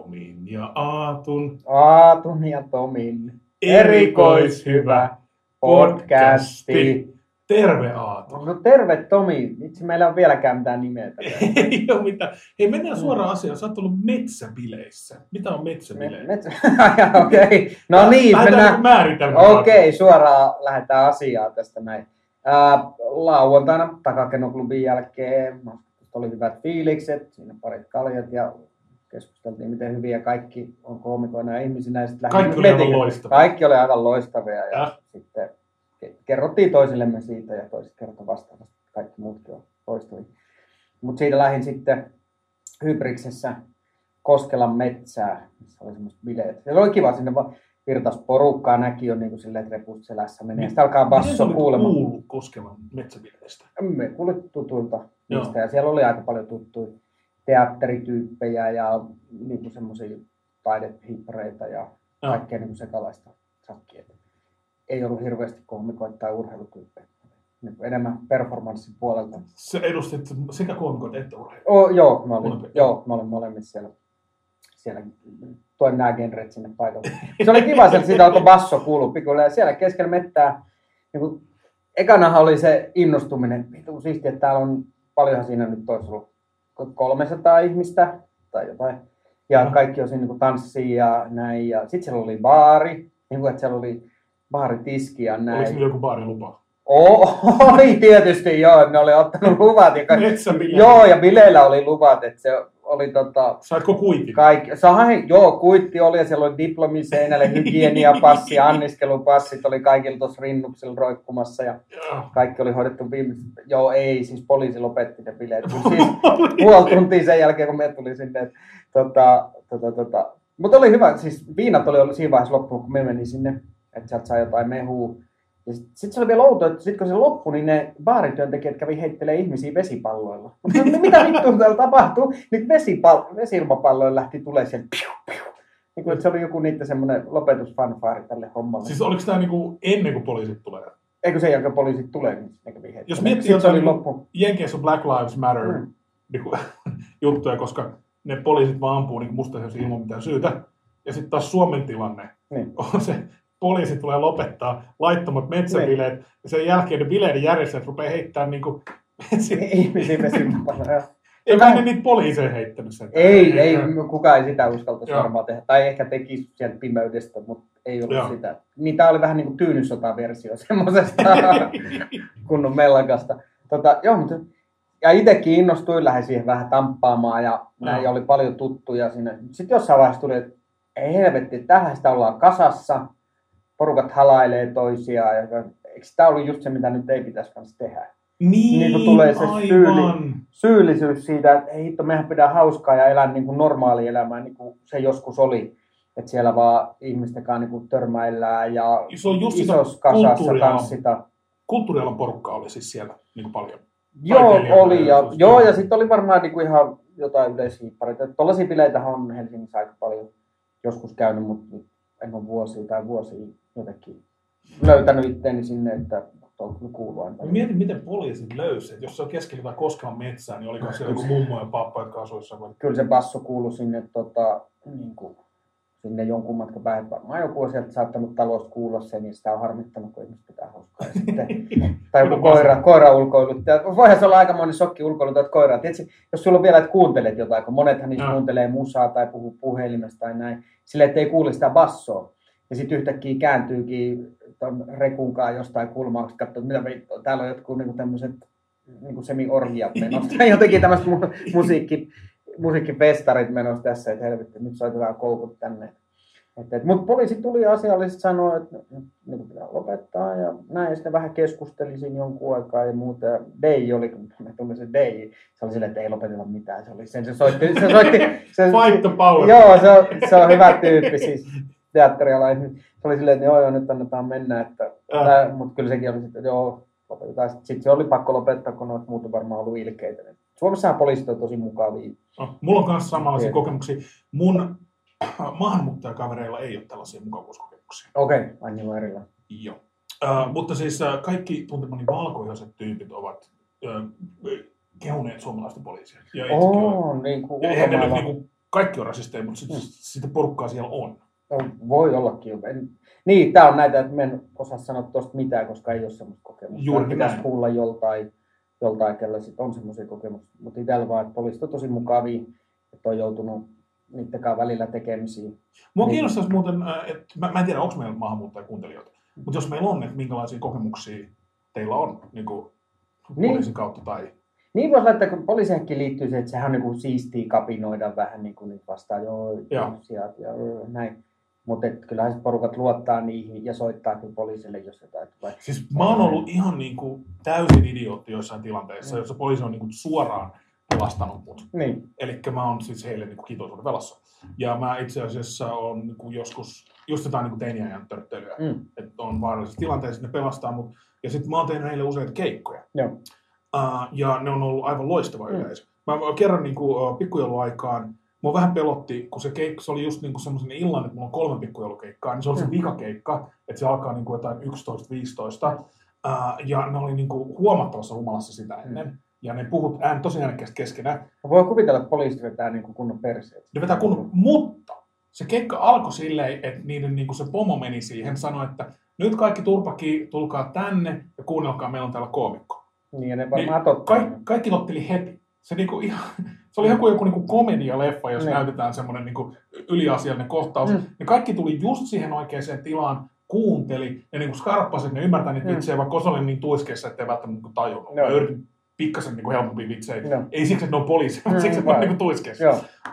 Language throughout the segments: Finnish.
Tomin ja Aatun. Aatun ja Tomin erikoishyvä podcasti. Terve Aatu. No terve Tomi. Itse meillä on vieläkään mitään nimeä. Ei ole mitään. Hei, mennään suoraan asiaan. Sä oot ollut metsäbileissä. Mitä on metsäbileet? Okei. No niin, mennään. Okei, suoraan lähdetään asiaan tästä näin. Lauantaina Takakennoklubin jälkeen oli hyvät fiilikset, siinä parit kaljat ja keskusteltiin miten hyviä kaikki on koomikoina ja ihmisinä. Kaikki oli aivan loistavia. Kaikki oli aivan loistavia ja sitten kerrottiin toisillemme siitä ja toiset kertoi vastaavasti. Kaikki muutkin on loistavia. Mutta siitä lähdin sitten Hybriksessä Koskelan metsää, missä oli semmoiset bileet. Se oli kiva, sinne virtas porukkaa, näki jo niin silleen, että reput selässä menee. Sitten alkaa basso kuulemaan. Miten kuullut Koskelan metsäbileistä? Me kuulit tutuilta niistä ja siellä oli aika paljon tuttuja teatterityyppejä ja niin semmoisia taidehippareita ja kaikkea niin sekalaista sakkia. Ei ollut hirveästi koomikoita tai urheilutyyppejä. Enemmän performanssin puolelta. Sä edustit sekä koomikoita että urheilua? Joo, mä olin molemmissa siellä toin nämä genret sinne paikalle. Se oli kiva, että siitä alkoi basso kuulua pikkuille. Ja siellä keskellä mettää, niin ekanahan oli se innostuminen. Siistiä, että täällä on paljonhan siinä nyt olisi ollut 300 ihmistä tai jotain. Ja kaikki on siinä niin tanssii ja näin. Ja sitten siellä oli baari, niin kuin, että siellä oli baaritiski ja näin. Oliko joku baarilupa? Oli tietysti, joo. Ne oli ottanut luvat. Joo, ja bileillä oli luvat, että se oli Saitko kuitin? Kuitti oli ja siellä oli diplomi seinälle, hygieniapassi, anniskelupassit oli kaikilla tuossa rinnuksilla roikkumassa ja kaikki oli hoidettu viimeisesti. Joo, ei, siis poliisi lopetti ne bileet. Siis puoli tuntia sen jälkeen, kun me tuli sinne. Mutta oli hyvä, siis viinat oli siinä vaiheessa loppunut, kun me meni sinne, että sieltä sai jotain mehua. Sitten se oli vielä outoa, että kun se loppui, niin ne baarityöntekijät kävi heittelemään ihmisiä vesipalloilla. Mitä vittua täällä tapahtuu? Nyt vesi-ilmapalloilla lähti tulee sieltä piu, piu. Niin kuin, että se oli joku niiden semmoinen lopetusfanfaari tälle hommalle. Siis oliko tämä niinku ennen kuin poliisit tulee? Eikö sen jälkeen poliisit tulee, niin ne kävi heittelemään. Jos miettii jotain Jenkeissä on Black Lives Matter juttuja, koska ne poliisit vaan ampuu niin mustaisia ilman mitään syytä. Ja sitten taas Suomen tilanne on se, poliisi tulee lopettaa laittomat metsäbileet, ja sen jälkeen ne bileiden järjestäjät rupeaa heittämään niinku ihmisiä vesipalloja. Eikä ne niitä poliiseja heittänyt sen. Ei, kukaan ei sitä uskaltaisi varmaan tehdä. Tai ehkä tekisi sieltä pimeydestä, mutta ei ollut sitä. Niin tää oli vähän niin kuin Tyynyssota-versio semmoisesta kunnon mellakasta. Ja itsekin innostuin, lähdin siihen vähän tamppaamaan ja näin oli paljon tuttuja siinä. Sitten jossain vaiheessa tuli, että ei helvetti, tähän sitä ollaan kasassa. Porukat halailee toisiaan. Eikö tämä ollut just se, mitä nyt ei pitäisi kanssa tehdä? Niin kun tulee se syyllisyys siitä, että ei hitto, mehän pitää hauskaa ja elää niin kuin normaali elämää, niin kuin se joskus oli. Että siellä vaan ihmisten kanssa niin törmäillään ja isossa kasassa tanssita. Kulttuurialan porukka oli siis siellä niin kuin paljon. Joo, oli. Ja sitten oli varmaan niin kuin ihan jotain yleishiippareita. Tuollaisia bileitähän on Helsingissä aika paljon joskus käynyt, mutta en ole vuosia jotenkin löytänyt itteeni sinne, että on kyllä kuuluu aina. Mietin, miten poliisit löysivät. Jos se on keskellä Koskelan metsää, niin oliko siellä joku mummo ja pappa, jotka asuivat jossain? Kyllä se basso kuului sinne, niin kuin, sinne jonkun matkan päähän. Varmaan joku on sieltä saattanut talosta kuulla sen, niin sitä on harmittanut, kun ihmiset pitää hauskaa. Tai joku koira ulkoilut. Voihan se olla aikamoinen shokki ulkoilut, että koiraa. Tiedätkö, jos sulla on vielä, että kuuntelet jotain, kun monethan niistä kuuntelee musaa tai puhuu puhelimesta tai näin, silleen, että ei kuule sitä bassoa. Ja sitten yhtäkkiä kääntyykin ton rekunkaan jostain kulmauksesta, katsoo, mitä vittua, täällä on jotkut niinku tämmöiset niinku semi-orgiat menossa. Jotenkin tämmöiset musiikkifestarit menossa tässä, että helvetti, nyt soitetaan koukut tänne. Mutta poliisi tuli asiallisesti sanoa, että niin pitää lopettaa ja näin. Ja sitten vähän keskustelisin jonkun aikaa ja muuta. Ja Dei oli, kun me tuli se Dei, se oli silleen, että ei lopeteta mitään. Se soitti. Fight the power. Joo, se on hyvä tyyppi siis. Teatterialainen. Se oli silleen, että joo, nyt annetaan mennä, mutta kyllä sekin oli sitten, että joo, lopetetaan. Sitten se oli pakko lopettaa, kun noita muut on varmaan ollut ilkeitä. Suomessahan poliisit on tosi mukavia. Mulla on myös samanlaisia kokemuksia. Mun maahanmuuttajakavereilla ei ole tällaisia mukavuuskokemuksia. Okei, aina on erillä. Joo. Mutta siis kaikki tuntemani valkoihoiset tyypit ovat kehuneet suomalaista poliisia. Ja niin kuin ulkomailla. kaikki on rasisteja, mutta sitä porukkaa siellä on. No, voi ollakin. Niin, tää on näitä, että me en osaa sanoa tuosta mitään, koska ei ole semmoista kokemusta. Juuri pitäisi näin. kuulla joltain kellä sit on semmoisia kokemuksia. Mutta itsellä vaan, että poliisit on tosi mukavia, että on joutunut niittenkaan välillä tekemisiin. Mua kiinnostaisi muuten, että mä en tiedä, onko meillä maahanmuuttajakuuntelijoita, mutta jos meillä on, että minkälaisia kokemuksia teillä on niin kuin poliisin kautta tai... Niin voisi laittaa, kun poliisihäkkiin liittyy se, että sehän on niin kuin siistiä kapinoida vähän niin kuin niitä vastaan, ja näin. Mutta kyllähän sit porukat luottaa niihin ja soittaa kyllä poliisille, jos jotain tulee. Siis mä oon ollut ihan niin kuin täysin idiootti joissain tilanteissa, jossa poliisi on niin kuin suoraan pelastanut mut. Niin. Elikkä mä oon siis heille niin kuin kiitoisuuden velassa. Ja mä itse asiassa on niin kuin joskus just jotain niin kuin teiniajan törttelyä, että on vaarallisessa tilanteessa, ne pelastaa mut. Ja sitten mä oon tehnyt heille useita keikkoja. Joo. Ja ne on ollut aivan loistava yleisö. Mä kerran niin kuin pikkujouluaikaan, mua vähän pelotti, kun se keikka, se oli just niin kuin semmoisen illan, että mulla on 3 pikkujoulukeikkaa, niin se oli se vikakeikka, että se alkaa niin kuin jotain 11-15. Ja ne oli niin kuin huomattavassa humalassa sitä ennen. Ja ne puhut tosi äänekkäästi keskenään. Voi kuvitella, että poliisit vetää niin kuin kunnon perseet. Ne vetää kunnon, mutta se keikka alkoi silleen, että niiden niin kuin se pomo meni siihen, sanoi, että nyt kaikki turpaki, tulkaa tänne ja kuunnelkaa, meillä on täällä koomikko. Niin, ja ne varmaan kaikki totteli heti. Se, niinku ihan, se oli joku niinku komedialeffa, jos näytetään semmoinen niinku yliasiallinen kohtaus. Ne kaikki tuli just siihen oikeaan tilaan, kuunteli ja niinku skarppasit, ne ymmärtää niitä vitsejä, vaikka osa oli niin tuiskeessa, ettei välttämättä niinku tajunnut. Mä yritin pikkasen niinku helpompia vitsejä. Ei siksi, että ne on poliisi, mutta siksi, että ne on niinku tuiskeessa.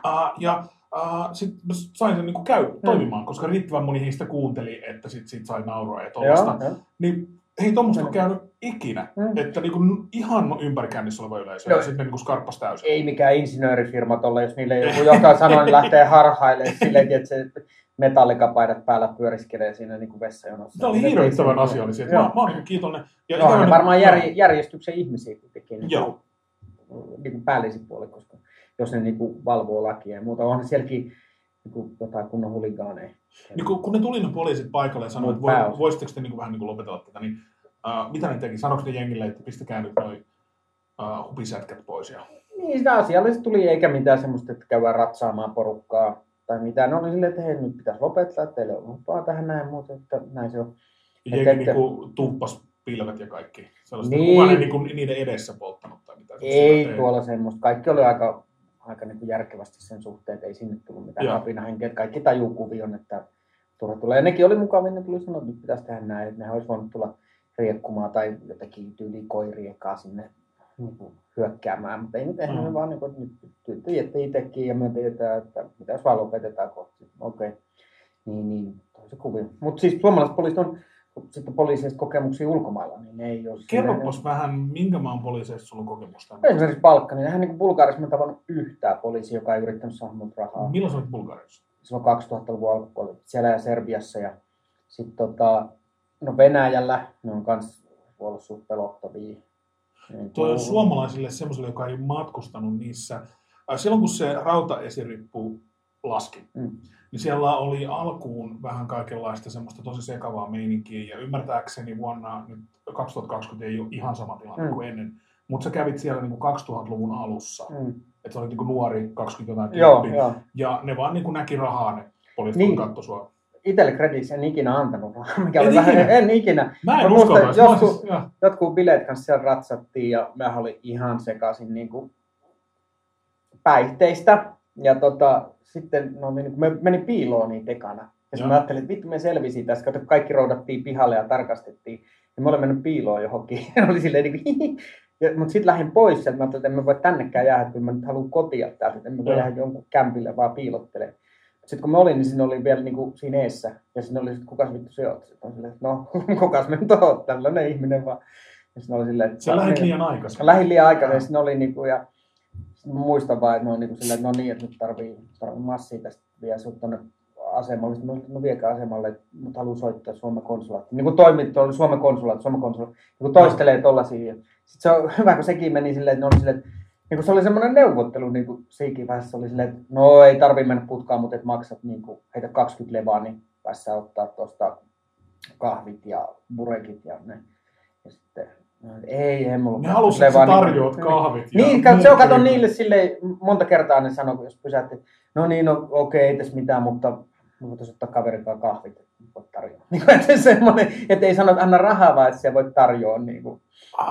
Sitten sain sen niinku toimimaan, koska riittävän moni heistä kuunteli, että sit sai nauraa ja tollaista. Niin ei tommoista ole käynyt ikinä, että niinku ihan ympärikäynnissä oleva yleisö, ja sitten ne niinku skarppas täysin. Ei mikään insinöörifirma tolle, jos niille joku joka sanoo, niin lähtee harhailemaan silleen, että se metallikapaidat päällä pyöriskelee siinä niinku vessajonossa. Tämä oli hirvittävän asiallisia. Mä oon kiitollinen. Joo, ne varmaan järjestyksen ihmisiä kuitenkin. Joo. Niin päällisin puolella, koska jos ne niinku valvoo lakia ja muuta, onhan sielläkin niinku jotain kunnon huligaaneja. Niin kun ne tuli ne poliisit paikalle ja sanoivat, että voisitteko te niinku vähän niinku lopetella tätä, niin mitä ne teki? Sanoiko ne jengille, että pistäkää nyt noi hupisätkät pois? Niin, sitä asiallisesti tuli, eikä mitään semmoista, että käydään ratsaamaan porukkaa tai mitään. Ne oli silleen, että hei, nyt pitäisi lopettaa, että teille on vaan tähän näin muuta, että näin se on. Ja jengi niinku tuuppas pilvet ja kaikki. Sellaista, kukaan ei niinku niiden edessä polttanut tai mitään. Ei tuolla semmoista. Kaikki oli aika niin kuin järkevästi sen suhteen, että ei sinne tullut mitään kapinahenkeä. Kaikki tajuu kuvion, että turha tulee. Ja nekin oli mukavia, ne tuli sanoa, että nyt pitäisi tehdä näin, että nehän olisi voinut tulla riekkumaan tai jotenkin tyyliin koiriekaa sinne niin hyökkäämään, mutta ei nyt tehnyt vaan niin kuin, että nyt tiedätte itsekin ja me tiedetään, että pitäisi vaan lopetetaan kohti. Okei. Niin, tosi kuvia. Mutta siis suomalaiset poliisit on sitten poliiseista kokemuksia ulkomailla, niin ne ei ole... Kerropas vähän, minkä maan poliiseista sulla on kokemusta? Esimerkiksi Balkanilla. Eihän niin kuin Bulgariassa mä en tavannut yhtään poliisia, joka ei yrittänyt saada mut rahaa. Milloin sä olet Bulgariassa? Silloin 2000-luvun alkupuolella. Siellä ja Serbiassa ja sitten Venäjällä ne on kans ollut suht pelottavia. Tuo on suomalaisille semmoiselle, joka ei matkustanut niissä. Silloin kun se rautaesirippu laski, niin siellä oli alkuun vähän kaikenlaista semmoista tosi sekavaa meininkiä. Ja ymmärtääkseni vuonna 2020 ei ole ihan sama tilanne kuin ennen. Mutta sä kävit siellä niin kuin 2000-luvun alussa. Että sä olit niin kuin nuori, 20-jotain. Ja ne vaan niin kuin näki rahaa, ne poliisit niin. Katsoi sua. Itselle kredissä en ikinä antanut rahaa. En ikinä. Mä en uskalla. Jotkut bileet kanssa siellä ratsattiin ja mä olin ihan sekaisin niin kuin päihteistä. Ja sitten me meni piiloon niitä ekana. Ja mä ajattelin, että vittu me selvisi tässä. Kato, kaikki roudattiin pihalle ja tarkastettiin. Ja mä olin mennyt piiloon johonkin. Oli silleen niin kuin mutta sitten lähdin pois sieltä. Mä ajattelin, että en mä voi tännekään jäädä, että mä nyt haluan kotia täältä. Että en mä voi jäädä jonkun kämpille vaan piilottelemaan. Sitten kun mä olin, niin siinä oli vielä niin kuin siinä eessä. Ja siinä oli, että kukas vittu se oot? Sitten on silleen, että no, kukas me nyt oot? Tällainen ihminen vaan. Ja siinä oli silleen, että... Sä lähdit liian aikaisin. Lähdin liian aikaisin. Ja siinä oli niin kuin, ja mä muistan vaan, että ne on niin kuin silleen, että no niin, että nyt tarvii massia tästä vie sut tonne asemalle. Sitten mä olin, no viekää asemalle, että mut haluan soittaa Suomen konsulaatti. Niin kuin toimit tuolla Suomen konsulaatti. Niin kuin toistelee tollasia. Sitten se on hyvä, kun sekin meni silleen, että ne oli silleen, että niin se oli semmoinen neuvottelu, niin kuin siinkin vaiheessa oli silleen, että no ei tarvii mennä putkaan, mutta et maksat niin kuin, heitä 20 levaa, niin päässä ottaa tuosta kahvit ja burekit ja ne. Ja sitten Ei mulla. Ne halusi, että sä tarjoat kahvit. Niin, se on kato niille silleen, monta kertaa ne sanoo, jos pysähti, no niin, no okei, ei tässä mitään, mutta voitaisiin ottaa kaverin kanssa kahvit, että voit tarjoa. Että ei sano, että anna rahaa, vaan että sä voit tarjoa. Niin kuin,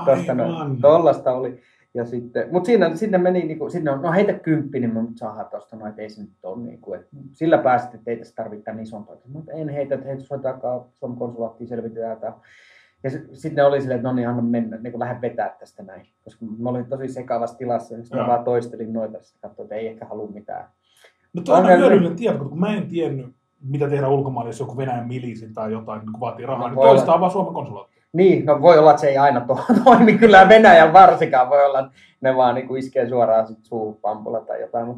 tollaista oli. Ja sitten, mutta siinä meni, niin kuin, sinne on, no heitä 10, niin me saadaan tuosta, no että ei se nyt ole, niin kuin, että sillä pääsit, että ei tässä tarvitse tämän isompaa. Mutta en heitä, että heitä soitakaan Suomen konsulaattiin, selvitetään tämä. Ja sitten ne oli silleen, että no niin, anna mennä, niin kuin lähde vetää tästä näin. Koska mä olin tosi sekavassa tilassa, niin mä vaan toistelin noita, sitten katsoin, että ei ehkä halua mitään. No toi on hyödyllinen tieto, kun mä en tiennyt, mitä tehdään ulkomailla, jos joku Venäjän miliisi tai jotain, niin kun vaatii rahaa, niin toistaa vaan Suomen konsulaatti. Niin, no voi olla, että se ei aina toimi, kyllä Venäjän varsinkaan voi olla, että ne vaan niin kuin iskee suoraan sit suuhun pampulla tai jotain,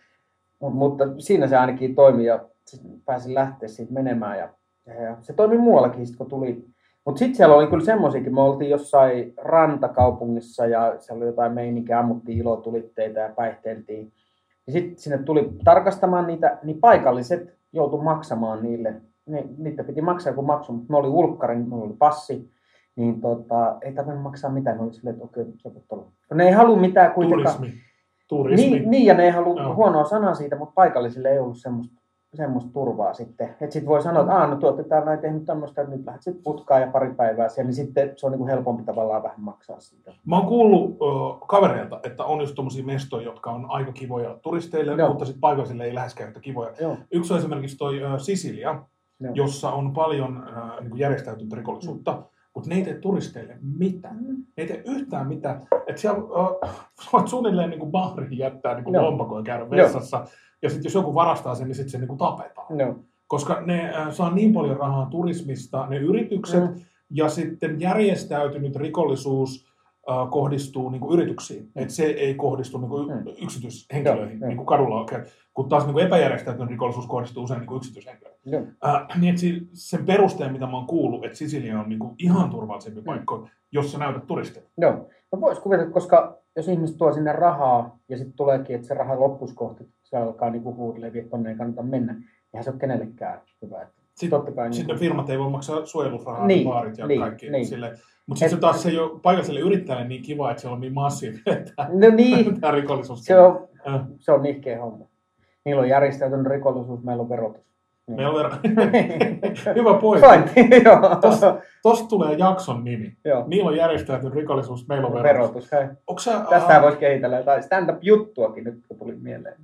mutta siinä se ainakin toimi ja pääsin lähteä siitä menemään ja se toimi muuallakin, sit kun tuli. Mutta sitten siellä oli kyllä semmoisiakin, me oltiin jossain rantakaupungissa ja siellä oli jotain meininkiä, ammuttiin ilotulitteita ja päihteiltiin. Ja sitten sinne tuli tarkastamaan niitä, niin paikalliset joutui maksamaan niille. Niitä piti maksaa joku maksu, mutta me oli ulkkari, mulla oli passi. Niin ei tarvinnut maksaa mitään, ne oli silleen, että okei, se voi olla. Ne ei halua mitään kuitenkaan. Turismi. Niin, ja ne ei halua huonoa sanaa siitä, mutta paikallisille ei ollut semmoista turvaa sitten. Että sitten voi sanoa, että no tuotte täällä ei tehnyt tämmöistä, että nyt lähdet sitten putkaan ja pari päivää siellä, niin sitten se on niin kuin helpompi tavallaan vähän maksaa siitä. Mä oon kuullut kavereilta, että on just tommosia mestoja, jotka on aika kivoja turisteille, mutta sitten paikallisille ei läheskään yhtä kivoja. Joo. Yksi on esimerkiksi toi Sisilia, jossa on paljon niin järjestäytynyttä rikollisuutta. Mutta ne ei tee turisteille mitään. Ne ei tee yhtään mitään. Että siellä voit suunnilleen niin baariin jättää niin lompakoon ja käydä vessassa. Ja sitten jos joku varastaa sen, niin sitten se niin tapetaan. Koska ne saa niin paljon rahaa turismista, ne yritykset, ja sitten järjestäytynyt rikollisuus kohdistuu niin yrityksiin. Että se ei kohdistu niin yksityishenkilöihin, niin kuin kadulla on. Kun taas niin epäjärjestäytynyt rikollisuus kohdistuu usein niin yksityishenkilöihin. Niin että sen perusteen, mitä mä oon kuullut, että Sisilia on niin ihan turvallisempi paikka, jos sä näytät turisteille. Joo. No vois kuvitella, koska jos ihmiset tuo sinne rahaa, ja sitten tuleekin, että se raha loppus kohti, se alkaa niin huudeleviä, että tonne ei kannata mennä, eihän se ole kenellekään hyvä. Sitten firmat ei voi maksaa suojelusrahaa, baarit ja kaikki. Mutta sitten taas se ei ole paikalliselle yrittäjälle niin kiva, että siellä on niin massiivinen tämä rikollisuus. Se on nihkeä homma. Niillä on järjestäytynyt rikollisuus, meillä on verotus. Niin. Meillä on hyvä pointti. Tuosta tulee jakson nimi. Niillä on järjestäytynyt rikollisuus, meillä on verotus. Tästä voisi kehitellä jotain stand-up-juttuakin nyt, kun tuli mieleen.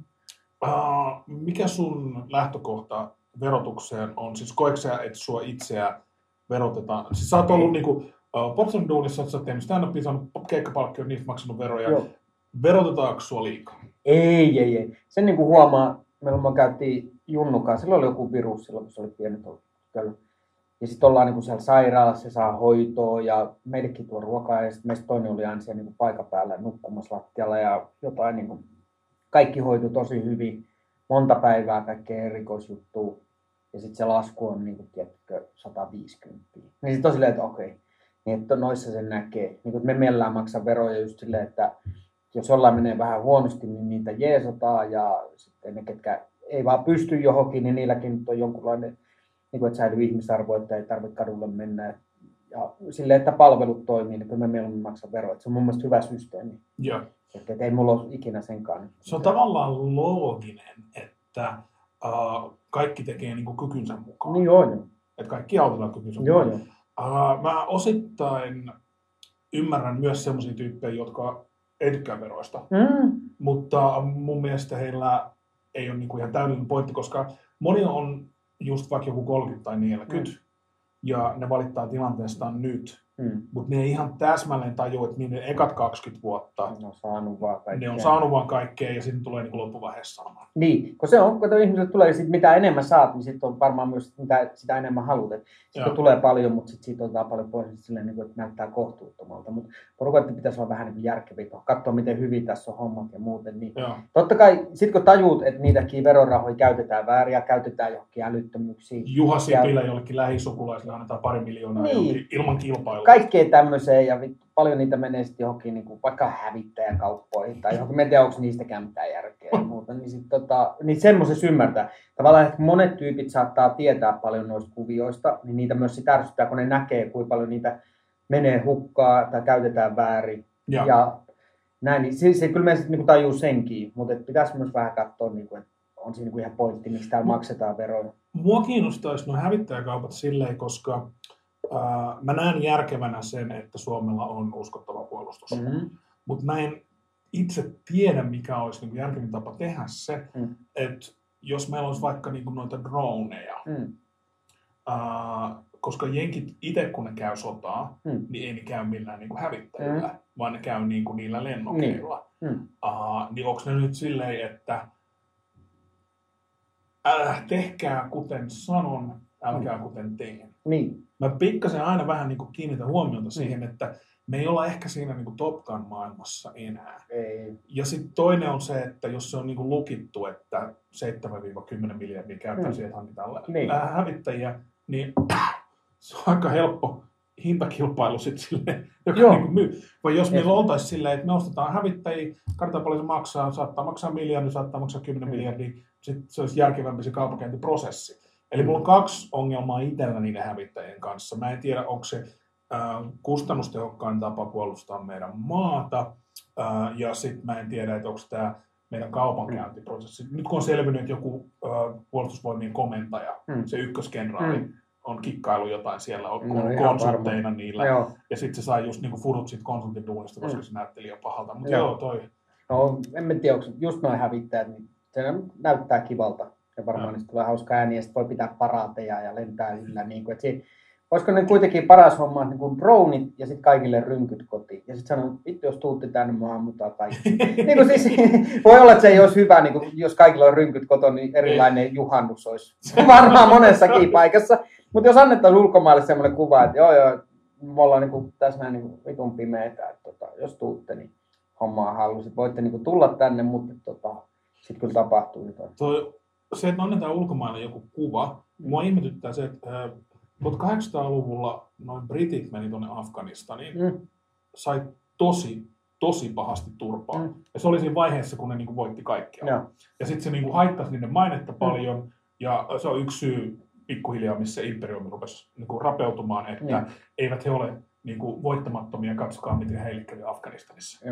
Mikä sun lähtökohta verotukseen on? Siis koetko sä, että sua itseä verotetaan? Siis sä oot ollut niinku Potson duunissa, sä oot tehnyt stand-upia, saanut keikkapalkkia, niistä maksanut veroja. Verotetaanko sua liikaa? Ei. Sen niinku huomaa, me käytiin Junnukaan, silloin oli joku virus silloin, kun se oli pienet ollut. Ja sitten ollaan niinku siellä sairaalassa, saa hoitoa ja meillekin tuo ruokaa. Ja sitten meistä toinen oli aina siellä niinku paikan päällä nukkumassa lattialla ja jotain niinku, kaikki hoitui tosi hyvin. Monta päivää kaikkea erikoisjuttua. Ja sitten se lasku on niinku, tiedätkö, 150. Niin sitten on silleen, että okei. Niin että noissa sen näkee. Niin kuin me mielellään maksaa veroja just silleen, että jos jollain menee vähän huonosti, niin niitä jeesataan. Ja sitten ne, ketkä ei vaan pysty johonkin, niin niilläkin on jonkunlainen, niin kuin, että säilyy ihmisarvo, että ei tarvitse kadulle mennä. Ja silleen, että palvelut toimii, niin kyllä me mieluummin maksaa veroja. Se on mun mielestä hyvä systeemi. Joo. Että ei mulla ole ikinä senkaan. Se on tavallaan looginen, että kaikki tekee niin kuin kykynsä mukaan. Niin joo. Että kaikki autetaan kykynsä mukaan. Mä osittain ymmärrän myös sellaisia tyyppejä, jotka ei tykkää veroista. Mutta mun mielestä heillä ei ole niinku ihan täydellinen pointti, koska moni on just vaikka joku 30 tai 40 ja ne valittaa tilanteestaan nyt. Mutta ne ei ihan täsmälleen tajua, että niiden ekat 20 vuotta ne on saanut vaan kaikkea ja sitten tulee niinku loppuvaiheessa saamaan. Niin, kun se on, kun ihmiset tulee, sit mitä enemmän saat, niin sitten on varmaan myös sitä enemmän haluat. Sitten tulee paljon, mutta sitten siitä otetaan paljon pois, silleen, niin kuin, että näyttää kohtuuttomalta. Mutta porukoiden pitäisi olla vähän niin järkeviä, katsoa miten hyvin tässä on hommat ja muuten. Niin. Totta kai, sitten kun tajuut, että niitäkin verorahoja käytetään väärin ja käytetään johonkin älyttömyyksiin. Juha Sipilä jollekin lähisukulaisille annetaan 2 miljoonaa ilman kilpailua. Kaikkea tämmöiseen ja paljon niitä menee sitten johonkin niin kuin, vaikka hävittäjäkauppoihin tai johonkin, mä en tiedä, onko niistäkään mitään järkeä ja muuta, niin sitten niin semmoisessa ymmärtää. Tavallaan, että monet tyypit saattaa tietää paljon noista kuvioista, niin niitä myös sit ärsyttää, kun ne näkee, kuinka paljon niitä menee hukkaan tai käytetään väärin. Ja näin, niin se kyllä me sitten niin tajuu senkin, mutta pitäisi myös vähän katsoa, niin kuin, että on siinä niin ihan pointti, miksi täällä maksetaan veroja. Mua kiinnostaisi nuo hävittäjäkaupat silleen, koska mä näen järkevänä sen, että Suomella on uskottava puolustus. Mutta mä en itse tiedä, mikä olisi niin järkevin tapa tehdä se, että jos meillä olisi vaikka niin noita droneja, koska jenkit itse kun ne käy sotaa, niin ei ne käy millään niin hävittäjillä, vaan ne käy niin niillä lennokeilla. Niin onko ne nyt silleen, että tehkää kuten sanon, älkää kuten teen. Niin. Mä pikkasen aina vähän niin kiinnitän huomiota siihen, että me ei olla ehkä siinä niin Top Gun maailmassa enää. Ei. Ja sitten toinen on se, että jos se on niin lukittu, että 7-10 miljardia käytetään siihen, että hankitaan hävittäjiä, niin se on aika helppo hintakilpailu sitten silleen, joka niin myy. Vai jos meillä oltaisiin silleen, että me ostetaan hävittäjiä, katsotaan paljon se maksaa, saattaa maksaa miljardia, saattaa maksaa 10 miljardia, sitten se olisi järkevämpi se kaupankäyntiprosessi. Eli mulla on 2 ongelmaa itsellä niiden hävittäjien kanssa. Mä en tiedä, onko se kustannustehokkain tapa puolustaa meidän maata, ja sitten mä en tiedä, että onko tämä meidän kaupankäyntiprosessi. Nyt kun on selvinnyt, että joku puolustusvoimien komentaja, se ykköskenraali, on kikkailu jotain siellä, on konsultteina niillä, ja sitten se sai just niinku fudut siitä konsultin duunista, koska se näytteli jo pahalta. Mutta toi. No, en tiedä, onko just noin hävittäjät, niin se näyttää kivalta. Ja varmaan niistä tulee hauska ääni, ja sitten voi pitää paraateja ja lentää yllä. Niin kuin, olisiko ne kuitenkin paras homma, niin kuin dronit ja sitten kaikille rynkyt kotiin. Ja sitten sanoo, vittu jos tuutte tänne, mä ammutaan kaikki. Niin kuin siis, voi olla, että se ei olisi hyvä, niin kuin, jos kaikilla on rynkyt kotona, niin erilainen juhannus olisi varmaan monessakin paikassa. Mutta jos annettaisiin ulkomaille semmoinen kuva, että joo, me ollaan niin tässä näin niin vitun pimeitä, että jos tuutte, niin hommaa haluaisit. Voitte niin kuin tulla tänne, mutta sitten kyllä tapahtuu jotain. Se, että annetaan ulkomaille joku kuva, mua ihmetyttää se, että 1800-luvulla noin britit meni tuonne Afganistaniin, sai tosi pahasti turpaa. Ja se oli siinä vaiheessa, kun ne niin kuin voitti kaikkea. Ja sitten se niin kuin haittasi niiden mainetta paljon, ja se on yksi syy pikkuhiljaa, missä imperiumi rupesi niin kuin rapeutumaan, että eivät he ole niin kuin voittamattomia, katsokaa miten heille kävi Afganistanissa.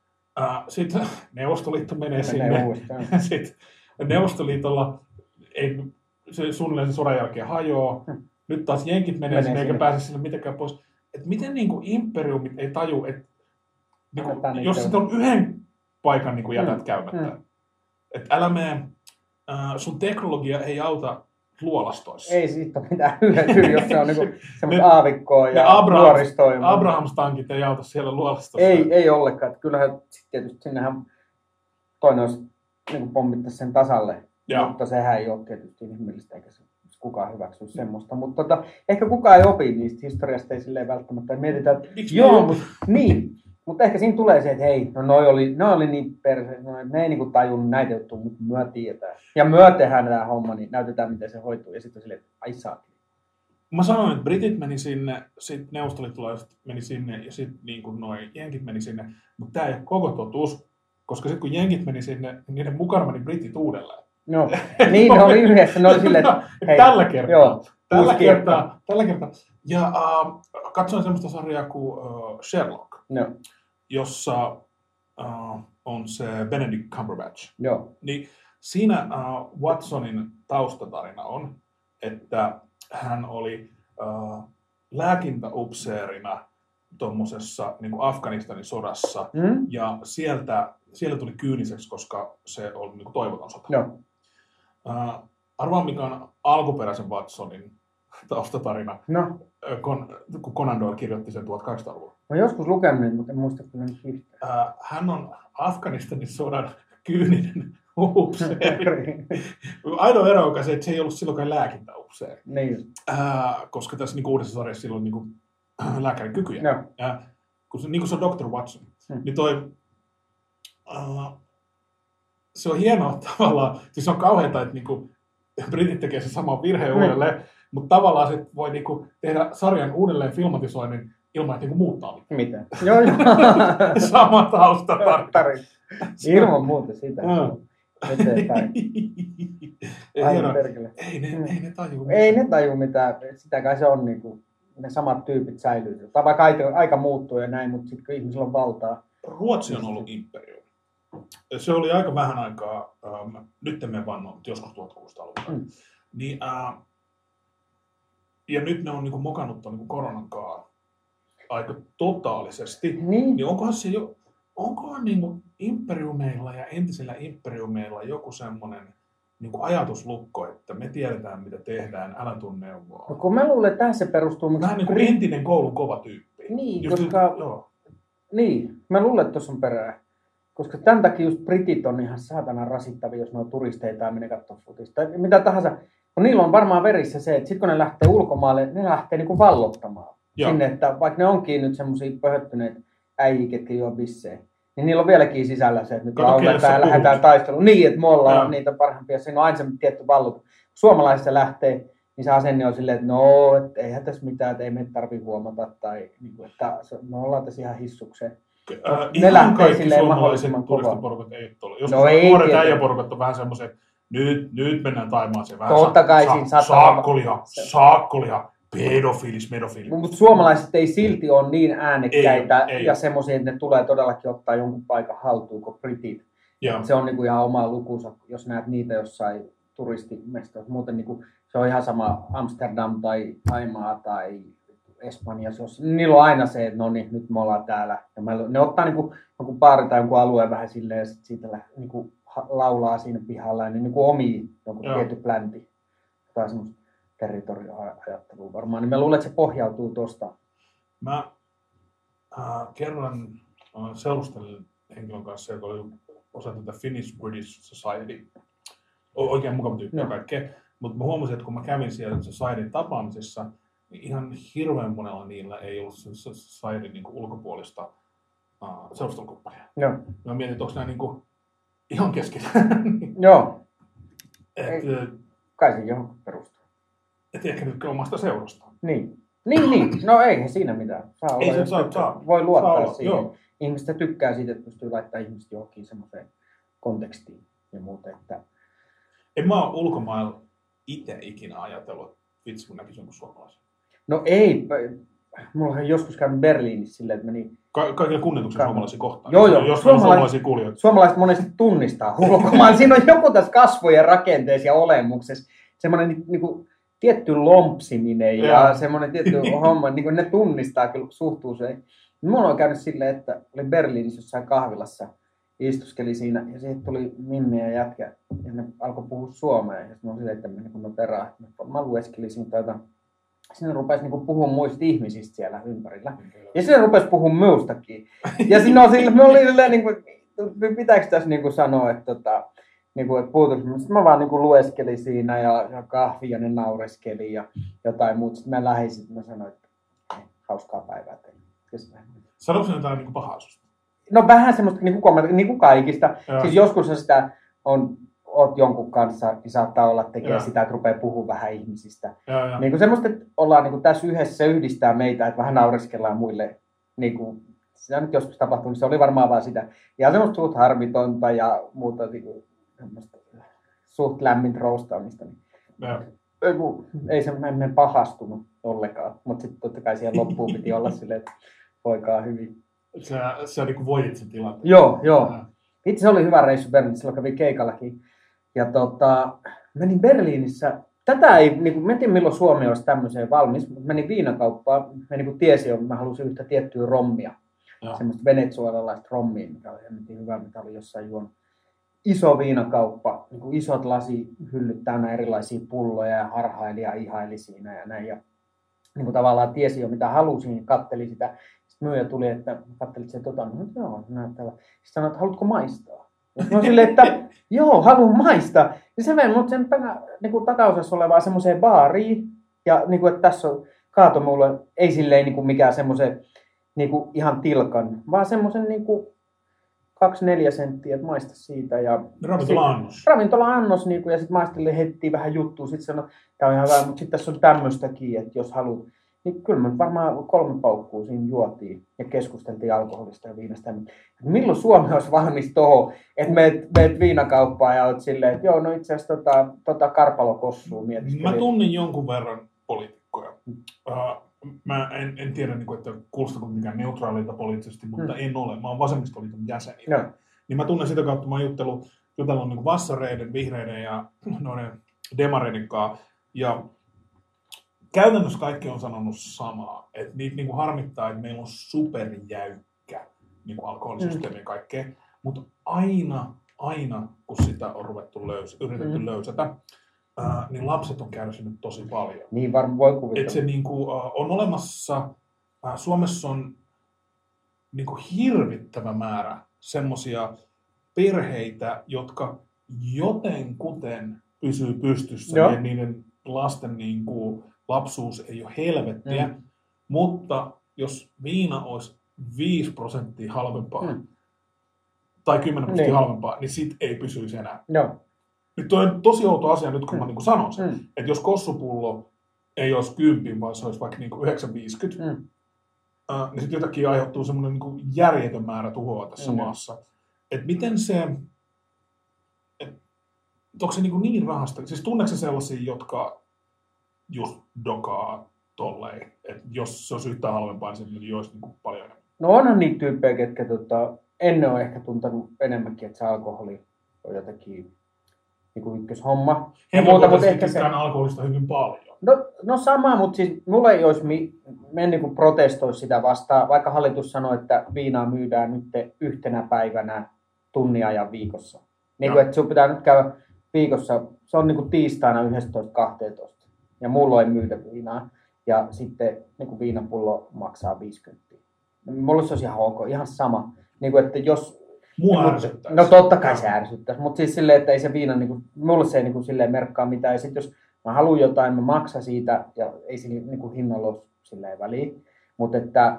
Sitten Neuvostoliitto menee sinne. Sitten Neuvostoliitolla se suunnilleen sen sodan jälkeen hajoaa. Nyt taas jenkit menee sinne eikä pääse sinne mitenkään pois. Et miten niin kuin imperiumit ei taju, että niin kuin, jos sit on yhden paikan niin kuin jätät käymättä. Että älä mene, sun teknologia ei auta luolastoissa. Ei siitä ole mitään hyötyä, jos se on niin semmoista aavikkoa ja nuoristoa. Abrahams-tankit ei auta siellä luolastossa. Ei ollenkaan. Kyllähän tietysti sinnehän toinen olisi niin pommittaisi sen tasalle. Mutta sehän ei ole tietysti inhimillistä, eikä se kukaan hyväksy semmoista. Mutta ehkä kukaan ei opi niistä historiasta, ei silleen välttämättä. Mietitään, että mutta ehkä siinä tulee se, että hei, no noi oli niin perseet, ne ei niinku tajunnut näitä juttuja, mutta myö tiedetään. Ja myö tehdään tämä homma, niin näytetään, miten se hoituu. Ja sitten silleen, että ai saakeli. Mä sanoin, että britit meni sinne, sitten neuvostoliittolaiset meni sinne, ja sitten niin kuin noi jenkit meni sinne. Mutta tämä ei ole koko totuus, koska sitten kun jenkit meni sinne, niin niiden mukana meni britit uudelleen. No, niin ne oli yhdessä, ne oli silleen, että hei. Tällä kertaa. Ja katsoin semmoista sarjaa kuin Sherlock, jossa on se Benedict Cumberbatch. Niin siinä Watsonin taustatarina on, että hän oli lääkintäupseerina tuommoisessa niin kuin Afganistanin sodassa, ja siellä tuli kyyniseksi, koska se oli niin kuin toivoton sota. Arvaa, mikä on alkuperäisen Watsonin taustatarina, kun Conan Doyle kirjoitti sen 1800-luvulla. Mä joskus lukenut, mutta en muista kyllä nyt yhtään. Hän on Afganistanin sodan kyyninen upseeri. Ainoa ero on se, että se ei ollut silloinkaan lääkintäupseeri. Koska tässä niin uudessa sarjassa silloin niin lääkärin kykyjä. Niin kuin se on Dr. Watson. Niin se on hienoa tavallaan, siis on kauheata, että niinku britit tekee se saman virheen uudelleen, mutta tavallaan se voi niinku tehdä sarjan uudelleen filmatisoinnin ilman, että niinku muuttaa mitään. Miten? Sama taustatarina. Ilman muuta sitä. Eteenpäin. Ei ne taju mitään. Ei ne taju mitään. Sitäkään se on niinku ne samat tyypit säilyy. Tai vaikka aika muuttuu ja näin, mutta sitten kun ihmisillä on valtaa. Ruotsi on ollut imperiumi. Se oli aika vähän aikaa, nyt emme vannut, mutta joskus 1600-luvulla. Niin, ja nyt ne on niin kuin mokannut niin koronankaan aika totaalisesti. Niin onkohan niin kuin imperiumeilla ja entisillä imperiumeilla joku semmoinen niin kuin ajatuslukko, että me tiedetään mitä tehdään, älä tuu neuvoa. No kun mä luulen, että se perustuu... Vähän niin kuin entinen koulun kova tyyppi. Niin, koska... Niin, mä luulen, että tuossa on perää. Koska tämän takia just britit on ihan saatana rasittavia, jos ne on turisteja tai menee katsoa futista. Mitä tahansa. Kun niillä on varmaan verissä se, että sit kun ne lähtee ulkomaalle, ne lähtee niinku vallottamaan. Sinne, että vaikka ne onkin nyt semmosia pöhöttyneet äijä, ketkä juo bissejä, niin niillä on vieläkin sisällä se, että nyt lauletaan ja lähdetään taisteluun. Niin, että me ollaan niitä parhaimpia. Siinä on aina se tietty vallut. Suomalaisissa lähtee, niin se asenne on silleen, että no, et eihän tässä mitään, että ei me tarvitse huomata. Tai että me ollaan tässä ihan hissukseen. Ne lähtee silleen mahdollisimman turistiporukat ei ole. Joskus nuoret äijäporukat on vähän semmoisia, että nyt mennään Taimaaseen vähän saakkolia, pedofiilis. Mutta suomalaiset ei silti ole niin äänekkäitä ja semmoisia, että ne tulee todellakin ottaa jonkun paikan haltuun kuin britit. Se on niinku ihan oma lukunsa, jos näet niitä jossain turistimestoissa. Muuten niinku, se on ihan sama Amsterdam tai Thaimaa tai Espanjassa. Niillä on aina se, että no niin, nyt me ollaan täällä. Ja ne ottaa niinku jonkun baari tai jonkun alueen vähän silleen ja sit siitä niinku laulaa siinä pihalla ja ne niinku omii jonkun tietty plänti. Tai semmoista territorioajattelua varmaan. Niin mä luulen, että se pohjautuu tuosta. Mä kerran seurustelin henkilön kanssa, joka oli osa tätä Finnish British Society. Oikein mukava tyyppi ja kaikkea. Mutta mä huomasin, että kun mä kävin siellä Societyn tapaamisissa, niin ihan hirveän monella niillä ei ollut Societyn niin ulkopuolista seurustelukumppania. Mä mietin, että onko nämä niin ihan kesken. Joo. Kai se johonkin perustuu. Että ehkä nyt omasta seurasta. Niin. No ei siinä mitään. Voi luottaa siihen. Joo. Ihmiset tykkää siitä, että pystyy laittamaan ihmiset johonkin semmoiseen kontekstiin ja muuta. Että... En mä ole ulkomailla itse ikinä ajatellut, että vitsi kun näkisi jonkun suomalaisen. No ei. Mulla on joskus käynyt Berliinissä silleen, että meni... Kaikille kunnioituksen suomalaisia kohtaan. Joo. Jos on suomalaisia kuulijoita. Suomalaiset monesti tunnistaa ulkomaan. Siinä on joku tässä kasvojen rakenteessa ja olemuksessa. Semmoinen niinku tietty lompsiminen ja semmoinen tietty homma. Niin ne tunnistaa kyllä suht usein. Mulla on käynyt silleen, että olin Berliinissä jossain kahvilassa. Istuskeli siinä ja siihen tuli Mimmi ja jätkä. Ja ne alkoi puhua suomea. Ja sitten mä silleen, että kun mä perään. Mä lueskelisin sinne rupesi niinku puhumaan muista ihmisistä siellä ympärillä. Ja sinne rupesi puhumaan minustakin. Ja siinä on sille, me oli silleen, niinku, pitääkö tässä niinku sanoa, että niinku, et puhutuksi. Sitten mä vaan niinku lueskelin siinä ja kahvia ne naureskeli ja jotain muuta. Sitten mä lähdin, sitten mä sanoin, että hauskaa päivää teille. Sanoitko sinä jotain niinku pahaa susta? No vähän semmoista niinku kaikista. Siis joskus sitä oot jonkun kanssa, niin saattaa olla tekee sitä, että rupeaa puhumaan vähän ihmisistä. Niin kuin semmoista, että ollaan niin kuin tässä yhdessä yhdistää meitä, että vähän naureskellaan muille. Niin kuin, sitä nyt joskus tapahtunut, se oli varmaan vaan sitä. Ja semmoista suht harmitonta ja muuta niin kuin, suht lämmintä roustaamista. Ei se emme pahastunut ollenkaan, mutta sitten totta kai siihen loppuun piti olla silleen, että voikaa hyvin. Se on niin kuin voitit sen tilanteen. Joo. Itse oli hyvä reissu Berliinissä, silloin kävin keikallakin. Ja menin Berliinissä, tätä ei, niin kuin, mä en tiedä milloin Suomi olisi tämmöiseen valmis, mutta menin viinakauppaan, mä niin kuin tiesin, että mä halusin yhtä tiettyä rommia, semmoista venezuelalaista rommia, mikä oli hyvä, mitä oli jossain juonut. Iso viinakauppa, niin kuin isot lasihyllyt täynnä erilaisia pulloja ja harhaili ja ihaili siinä ja näin. Ja niin kuin tavallaan tiesi jo mitä halusin, katteli sitä. Sitten myyjä tuli, että kattelit se joo, näyttävä. Sitten sanoi, että haluatko maistaa? Ja mä silleen, että joo, haluan maistaa. Ja se vei mut sen niin takaosassa olevaa semmoiseen baariin. Ja niin kuin, että tässä on kaato mulle, ei silleen niin kuin mikään semmoisen niin kuin ihan tilkan, vaan semmoisen niin kuin 2-4 senttiä, että maista siitä. Ja ravintola-annos. Ravintola-annos, niin kuin, ja sitten maistelle hettiin vähän juttua. Sitten sanoi, että tämä on ihan hyvä, mutta sitten tässä on tämmöistäkin, että jos haluat. Niin kyllä me varmaan 3 paukkua siinä juotiin ja keskusteltiin alkoholista ja viinasta. Milloin Suomi olisi valmis tuohon, että meet viinakauppaan ja olet silleen, että joo, no itse asiassa Karpalo kossuu mietiskelin. Mä tunnin jonkun verran poliitikkoja. mä en tiedä, että kuulostako mikään neutraalilta poliittisesti, mutta en ole. Mä oon vasemmistoliiton jäsen. Niin mä tunnen sitä kautta, mä oon jutellut niin vassareiden, vihreiden ja noiden demareiden kanssa. Ja käytännössä kaikki on sanonut samaa. Että niitä niin kuin harmittaa, että meillä on superjäykkä niin kuin alkoholisysteemi ja kaikkea. Mutta aina, kun sitä on yritetty löysätä, niin lapset on kärsinyt tosi paljon. Niin varmaan voi kuvitella. Että se niin kuin, on olemassa, Suomessa on niin kuin hirvittävä määrä semmoisia perheitä, jotka jotenkuten pysyy pystyssä ja niiden lasten niin kuin, lapsuus ei ole helvettiä, mutta jos viina olisi 5% halvempaa tai 10% halvempaa, niin sit ei pysyisi enää. Nyt on tosi outo asia nyt, kun mä niin sanon sen, että jos kossupullo ei olisi 10, vaan se olisi vaikka niin 9,50, niin sitten jotakin aiheutuu semmoinen niin järjetön määrä tuhoa tässä maassa. Että miten se, onko se niin rahasta, siis tunneeko sellaisia, jotka just dokaa tolleen, että jos se olisi yhtään halvempaa, niin se olisi niin paljon enemmän? No onhan niitä tyyppejä, ketkä ennen on ehkä tuntenut enemmänkin, että se alkoholi on jotenkin niin ykköshomma. Henkilökohtaisesti tykkään alkoholista hyvin paljon. No sama, mutta siis mulla ei olisi niin protestoisi sitä vastaan, vaikka hallitus sanoi, että viinaa myydään nyt yhtenä päivänä tunnin ajan viikossa. Niin kuin, että sun pitää nyt käydä viikossa, se on niin kuin tiistaina 11.12. Ja mulla ei myydä viinaa. Ja sitten niin kuin viinapullo maksaa 50. Mulla se olisi ihan ok, ihan sama. Niin kuin, että jos mua ärsyttäisi. No totta kai se ärsyttäisi, mutta siis silleen, että ei se viina, niin kuin, mulle se ei niin kuin, silleen merkkaa mitään. Ja sitten jos mä haluan jotain, mä maksan siitä ja ei sillä niin kuin, hinnalla ole silleen väliä. Mutta että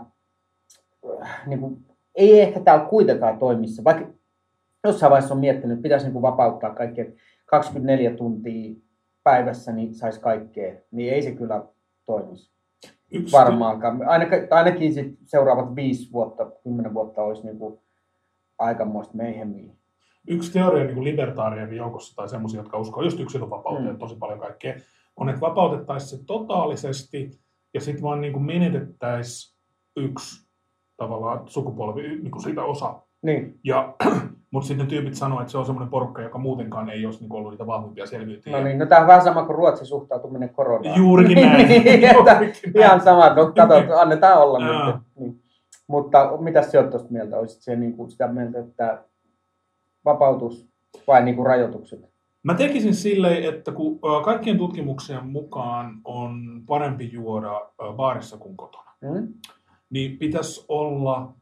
niin kuin, ei ehkä täällä kuitenkaan toimissa. Vaikka jossain vaiheessa on miettinyt, että pitäisi niin kuin, vapauttaa kaikkea 24 tuntia päivässä, niin saisi kaikkea. Niin ei se kyllä toimisi. Varmaankaan. Ainakin sit seuraavat 5 vuotta, 10 vuotta olisi niin kuin, aikamoista meihemmiä. Yksi teoria niin libertaarien joukossa tai semmoisia, jotka uskoo just yksilövapauteen tosi paljon kaikkea, on, että vapautettaisiin se totaalisesti ja sitten vaan niin menetettäisiin yksi tavallaan sukupolvi, niin kuin siitä osa. Niin. Mutta sitten tyypit sanoo, että se on semmoinen porukka, joka muutenkaan ei olisi niin ollut niitä vahvimpia selviytyjiä. No niin, no tämä on vähän sama kuin Ruotsin suhtautuminen koronaan. Juurikin näin. Ihan sama, no kato, annetaan olla nyt. Niin. Mutta mitä sinä olet tuosta mieltä? Olisit se niin kuin sitä mieltä, että vapautus vai niin kuin rajoitukset? Mä tekisin silleen, että kun kaikkien tutkimuksien mukaan on parempi juoda baarissa kuin kotona, niin pitäisi olla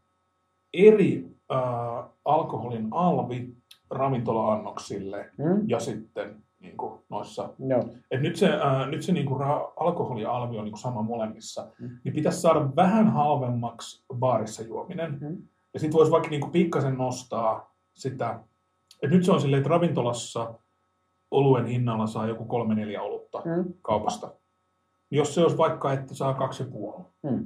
eri alkoholin alvi ravintola-annoksille ja sitten niin kuin noissa. Et nyt se niin kuin alkoholialvi on niin kuin sama molemmissa, niin pitäisi saada vähän halvemmaksi baarissa juominen. Ja sitten voisi vaikka niin kuin pikkasen nostaa sitä, että nyt se on silleen, että ravintolassa oluen hinnalla saa joku 3-4 olutta kaupasta. Jos se olisi vaikka, että saa 2,5.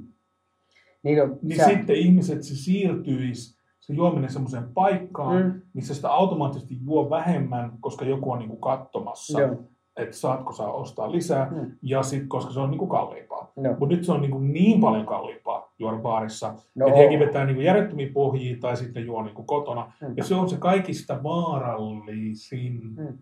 Niin sitten ihmiset se siirtyisi se juominen semmoiseen paikkaan, missä sitä automaattisesti juo vähemmän, koska joku on niinku katsomassa, että saatko saa ostaa lisää, ja sitten koska se on niinku kalliimpaa. Mutta nyt se on niin paljon kalliimpaa juoda baarissa, että hekin vetää niinku järjettömiä pohjia tai sitten juo niinku kotona. Ja se on se kaikista vaarallisin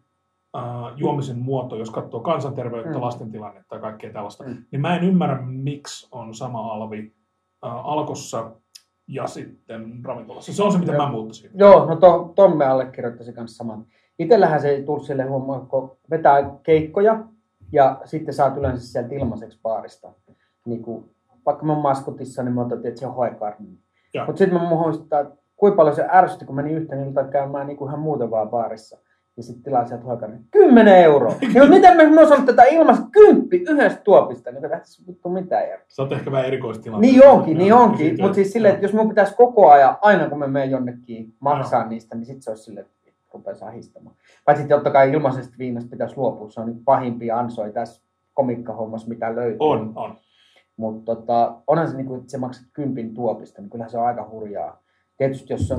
juomisen muoto, jos katsoo kansanterveyttä, lasten tilannetta ja kaikkea tällaista. Niin mä en ymmärrä, miksi on sama alvi Alkossa ja sitten ravintolassa. Se on se, mitä mä muuttaisin. Joo, no ton me allekirjoittaisin kanssa saman. Itsellähän se ei tullut sille huomaan, kun vetää keikkoja ja sitten saat yleensä sieltä ilmaiseksi baarista. Niin kuin, vaikka mä oon maskotissa, niin mä otan, että se on hoekarni. Mutta sitten mä muistan, että kuinka paljon se ärsytti, kun menin yhteen iltaan käymään niin kuin ihan muuten vaan baarissa. Ja sitten tilaa sieltä hoekarni. 10 €! Niin, miten me oon saanut tätä ilmasta 10 yhdestä tuopista? Niin tässä vittu mitään järkeä. Sä oot ehkä vähän erikoistilanne. Niin onkin. Mutta siis silleen, että jos mun pitäisi koko ajan, aina kun me menen jonnekin maksaa niistä, niin sitten se olisi silleen, että rupeaa sahistamaan. Paitsi totta kai ilmaisesta viinasta pitäisi luopua. Se on nyt pahimpia ansoja tässä komikkahommassa, mitä löytyy. On. Mutta onhan se, että se maksat 10 tuopista, niin kyllähän se on aika hurjaa. Tietysti jos se on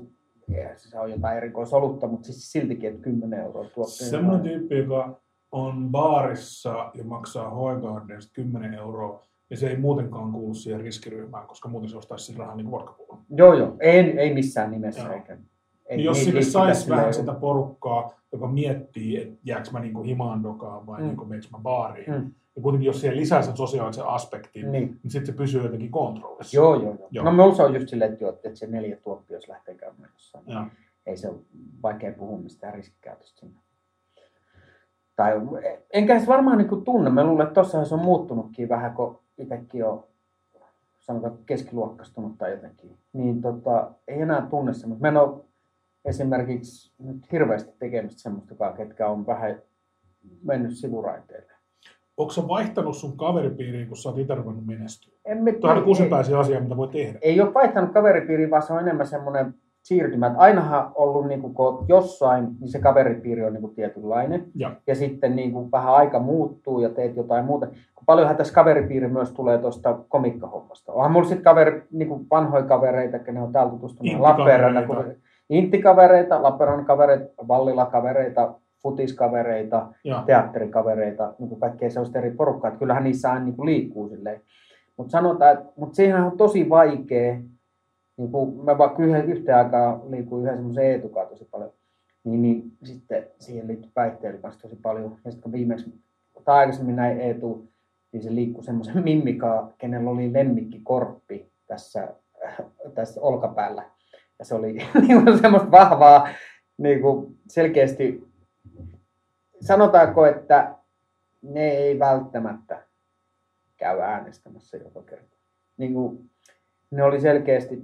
se on jotain erikoisolutta, mutta siis siltikin, että 10 € tuoppi. Semmoinen tyyppi, joka on baarissa ja maksaa Hoegaardesta 10 €, niin se ei muutenkaan kuulu siihen riskiryhmään, koska muuten se ostaisi sen rahan niin vodkapullon. Joo. Ei missään nimessä. Eikä. Niin jos sinne saisi vähän sitä porukkaa, joka miettii, että jääkö mä niin himaan dokaan vai niin meneekö mä baariin. Ja kuitenkin jos siihen lisää sen sosiaalisen aspektin, niin sitten se pysyy jotenkin kontrollissa. Joo. No minulla on just silleen, että se 4 tuoppia, jos lähtee käymään jossain. Ei se ole vaikea puhua mistään riskikäytöstä sinne. Tai enkä se varmaan niin tunne. Mä luulen, että tossahan se on muuttunutkin vähän, kun itsekin on sanotaan keskiluokkastunut tai jotenkin. Niin ei enää tunne semmoista. Mä en ole esimerkiksi nyt hirveästi tekemistä semmoista, ketkä on vähän mennyt sivuraiteille. Onko sä vaihtanut sun kaveripiiriin, kun sä oot itse ruvennut menestyä? Tuo on kusipäisiä asia, mitä voi tehdä. Ei ole vaihtanut kaveripiiriin, vaan se on enemmän semmoinen siirtymä. Ainahan ollut, niin kun jossain, niin se kaveripiiri on niin tietynlainen. Ja sitten niin vähän aika muuttuu ja teet jotain muuta. Paljonhan tässä kaveripiiri myös tulee tuosta komikkahommasta. Onhan mulla sitten niin vanhoja kavereita, ne on täältä tutustunut Lappeenrannan. Inttikavereita, Lappeenrannan kavereita, Vallila-kavereita, futiskavereita, teatterikavereita, niin kaikkea sellaista eri porukkaa. Että kyllähän niissä aina niin liikkuu silleen. Mutta sanotaan, että siinähän on tosi vaikea. Niin kun mä vaikka yhteen aikaan liikuin yhden semmoisen Eetukaan tosi paljon, niin sitten siihen liittyy päihteily kanssa tosi paljon. Ja sitten kun viimeksi tai aikaisemmin näin Eetu, niin se liikkui semmoisen mimmikaa, kenellä oli lemmikkikorppi tässä olkapäällä. Ja se oli niin semmoista vahvaa, niin kuin selkeästi, sanotaanko, että ne ei välttämättä käy äänestämässä joka kerta. Niin kuin, ne oli selkeästi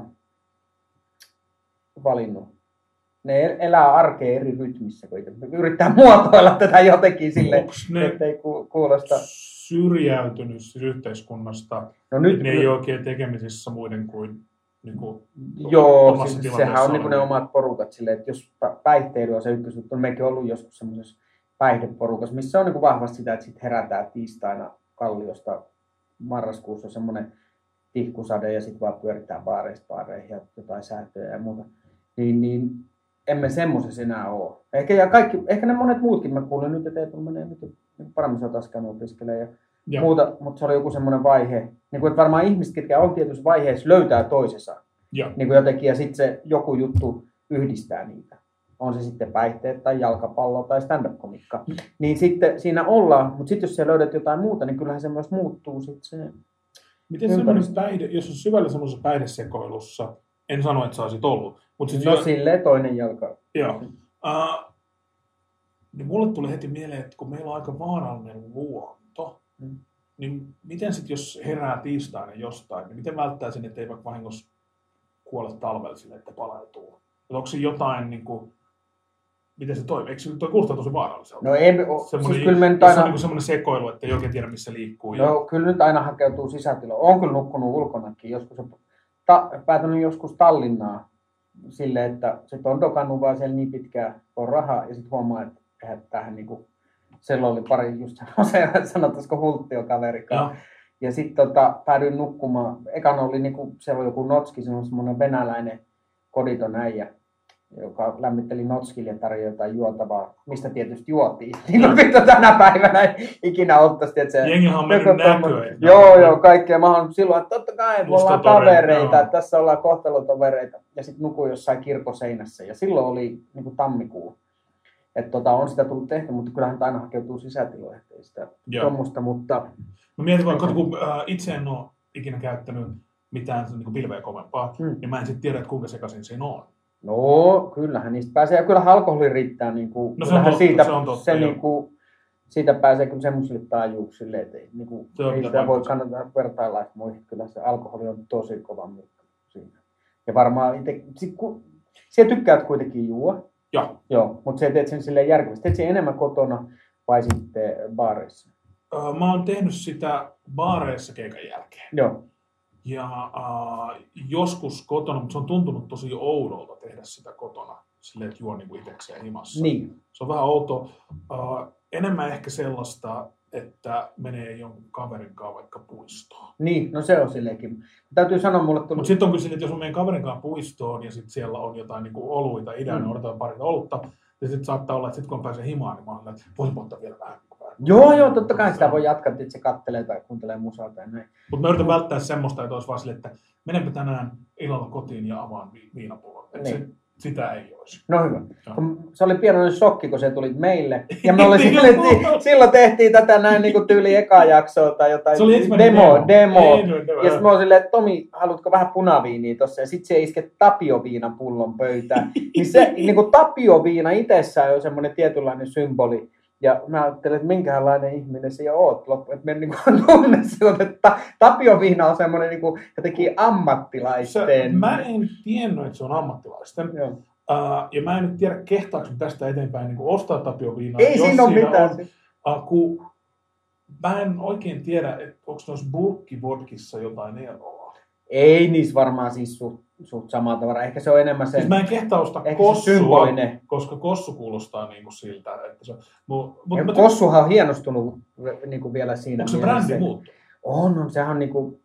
valinnut. Ne elää arkea eri rytmissä, kun yrittää muotoilla tätä jotenkin silleen, ettei kuulosta. Syrjäytynyt yhteiskunnasta, no nyt, ne ei ole oikein tekemisissä muiden kuin joo, siis sehän on niin ne omat porukat silleen, että jos päihteily on se ykkösjuttu, niin mekin on ollut joskus semmoisessa päihdeporukassa, missä on niin vahvasti sitä, että sitten herätään tiistaina Kalliosta marraskuussa semmoinen tihkusade ja sitten vaan pyöritään baareihin ja jotain säätöjä ja muuta. Niin emme semmoisessa enää ole. Ehkä ne monet muutkin, mä kuulin nyt, että Eetu menee nyt paremmin sotaskaan opiskelemaan ja muuta, mutta se oli joku semmoinen vaihe, niin kuin, että varmaan ihmiset, ketkä on tietyssä vaiheessa, löytää toisensa. Niin kuin jotenkin, ja sitten se joku juttu yhdistää niitä. On se sitten päihteet tai jalkapallo tai stand-up-komikka. Niin sitten siinä ollaan, mutta sitten jos sä löydät jotain muuta, niin kyllähän se myös muuttuu sitten se. Miten semmoisessa jos on syvällä semmoisessa päihdesekoilussa, en sano, että sä olisit ollut. Silleen toinen jalka. Joo. Niin mulle tuli heti mieleen, että kun meillä on aika vaarallinen luonto, niin miten sitten jos herää tiistaina jostain, niin miten välttää sen, ettei vaikka vahingossa kuole talvella sille, että palautuu? Onko se jotain, niin kuin, miten se toimii? Eikö se kuulostaa tosi vaaralliselta? No ei, siis kyllä me nyt aina. Se on niin semmoinen sekoilu, että ei oikein tiedä, missä liikkuu. No kyllä nyt aina hakeutuu sisätiloon. Olen kyllä nukkunut ulkonakin. Joskus päätänyt joskus Tallinnaa silleen, että sitten on dokannut vaan siellä niin pitkään, on rahaa ja sitten huomaa, että tähän niinku, siellä oli pari just semmoisia, sanotaanko hulttiokaverikaan. Ja sitten päädyin nukkumaan. Ekan oli niinku, siellä oli joku Notski, se on semmoinen venäläinen koditon äijä, joka lämmitteli Notskille ja tarjosi jotain juotavaa, mistä tietysti juotiin. Niin kuin tänä päivänä ei ikinä ottaisi. Jengihan on mennyt näköön. Joo, kaikkea. Mä olen silloin, että totta kai, että ollaan kavereita, että tässä ollaan kohtalotovereita. Ja sitten nukuin jossain kirkoseinässä. Ja silloin oli niin kuin tammikuu. Että on sitä tullut tehty, mutta kyllähän aina hakeutuu sisätiloihin. Ei sitä tuommoista, mutta. Mä mietin vaan, kun itse en ole ikinä käyttänyt mitään niin pilveä kovempaa, niin mä en sitten tiedä, että kuinka sekaisin siinä on. No, kyllähän niistä pääsee. Ja kyllähän alkoholi riittää. Niin kuin, no se on totta, siitä, se on totta. Se, niin kuin, siitä pääsee kyllä semmoisille taajuuksille, että ei, niin kuin, ei sitä voi kannattaa vertailla muihin. Kyllä se alkoholi on tosi kova myrkky siinä. Ja varmaan itse, siellä tykkäät kuitenkin juua. Joo, mutta sä teet sen silleen järkevästi. Teet sen enemmän kotona vai sitten baareissa? Mä oon tehnyt sitä baareissa keikan jälkeen. Joo. Ja joskus kotona, mutta se on tuntunut tosi oudolta tehdä sitä kotona, silleen, että juo niin kuin itsekseen himassa. Niin. Se on vähän outoa. Enemmän ehkä sellaista, että menee jonkun kaverin kanssa vaikka puistoon. Niin, no se on silleenkin. Täytyy sanoa mulle tullut. Mutta sitten on kyllä silleen, että jos mä menen kaverin kanssa puistoon ja sitten siellä on jotain niin kuin oluita, odotetaan pari olutta, ja sitten saattaa olla, että sitten kun pääsee himaan, niin mä olen, että voisin ottaa vielä vähän Joo, totta kai sitä voi jatkaa, että se kattelee tai kuuntelee musaa tai näin. Mutta mä yritän välttää semmoista, että olisi vaan sille, että menenpä tänään illalla kotiin ja avaan viinapullon. Niin. Sitä ei olisi. No hyvä. Se oli pienoinen shokki, kun se tuli meille. Ja me silloin tehtiin tätä näin niin kuin tyyli ekaa jaksoa tai jotain demo. Ja sitten mä olin silleen, että Tomi, haluatko vähän punaviiniä tossa? Ja sitten se iske Tapio-viinan pullon pöytään. Niin se niin kuin Tapio-viina itsessään on semmoinen tietynlainen symboli. Ja mä ajattelin, että minkälainen ihminen siellä oot loppuun. Että me niin kuin tunne silloin, että Tapio-viina on semmoinen niin kuin jotenkin ammattilaisten. Mä en tiennyt, että se on ammattilaisten. Ja mä en nyt tiedä, kehtaanko tästä eteenpäin niin ostaa Tapio-viinaa. Ei siinä ole mitään. Kun mä en oikein tiedä, että onko noissa bulkkivodkissa jotain eroa. Ei niissä varmaan siis suht samaa tavaraa. Ehkä se on enemmän se. Siis mä en kehtaa ostaa kossua, koska kossu kuulostaa niinku siltä. Että se, kossuhan on hienostunut niinku vielä siinä. Onko se brändi muuttunut? On, sehän on niinku.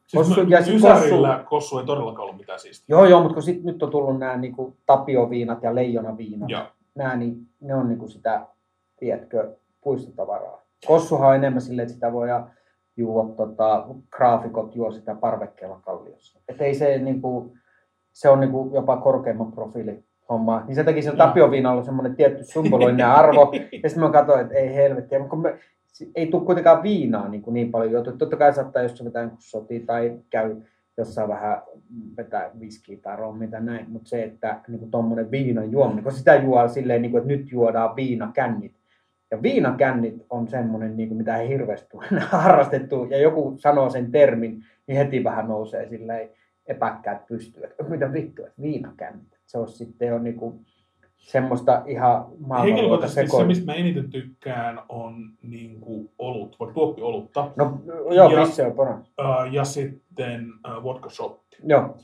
Kossu ei todellakaan ollut mitään siistiä. Joo, mutta kun nyt on tullut nämä niinku Tapio-viinat ja Leijona-viinat. Nämä, niin ne on niinku sitä, tiedätkö, puistotavaraa. Kossuhan on enemmän silleen, että sitä voi juo, graafikot juo sitä parvekkeella kalliossa. Että ei se niinku. Se on niinku jopa korkeamman profiili homma. Niin se teki sillä Tapio-viinalla semmoinen tietty symboloinen arvo. Ja sitten mä katsoin, että ei helvettiä. Ei tule kuitenkaan viinaa niin paljon joutua. Totta kai saattaa, jos se vetää jonkun sotiin tai käy jossain vähän vetää viskiä tai rommia tai näin. Mutta se, että niin tuommoinen viinan juominen, kun sitä juo silleen, niin kuin, että nyt juodaan viinakännit. Ja viinakännit on semmoinen, niin kuin, mitä ei hirveästi harrastettu. Ja joku sanoo sen termin, niin heti vähän nousee silleen epäkkäät pystyvät. Mitä vittua, että viinakännit. Se on sitten jo niinku semmoista ihan maailmanluokka sekoilua. Se, mistä mä eniten tykkään, on niinku olut, vaikka tuoppiolutta. No joo, missä on paras. Ja sitten vodka shotti. Joo.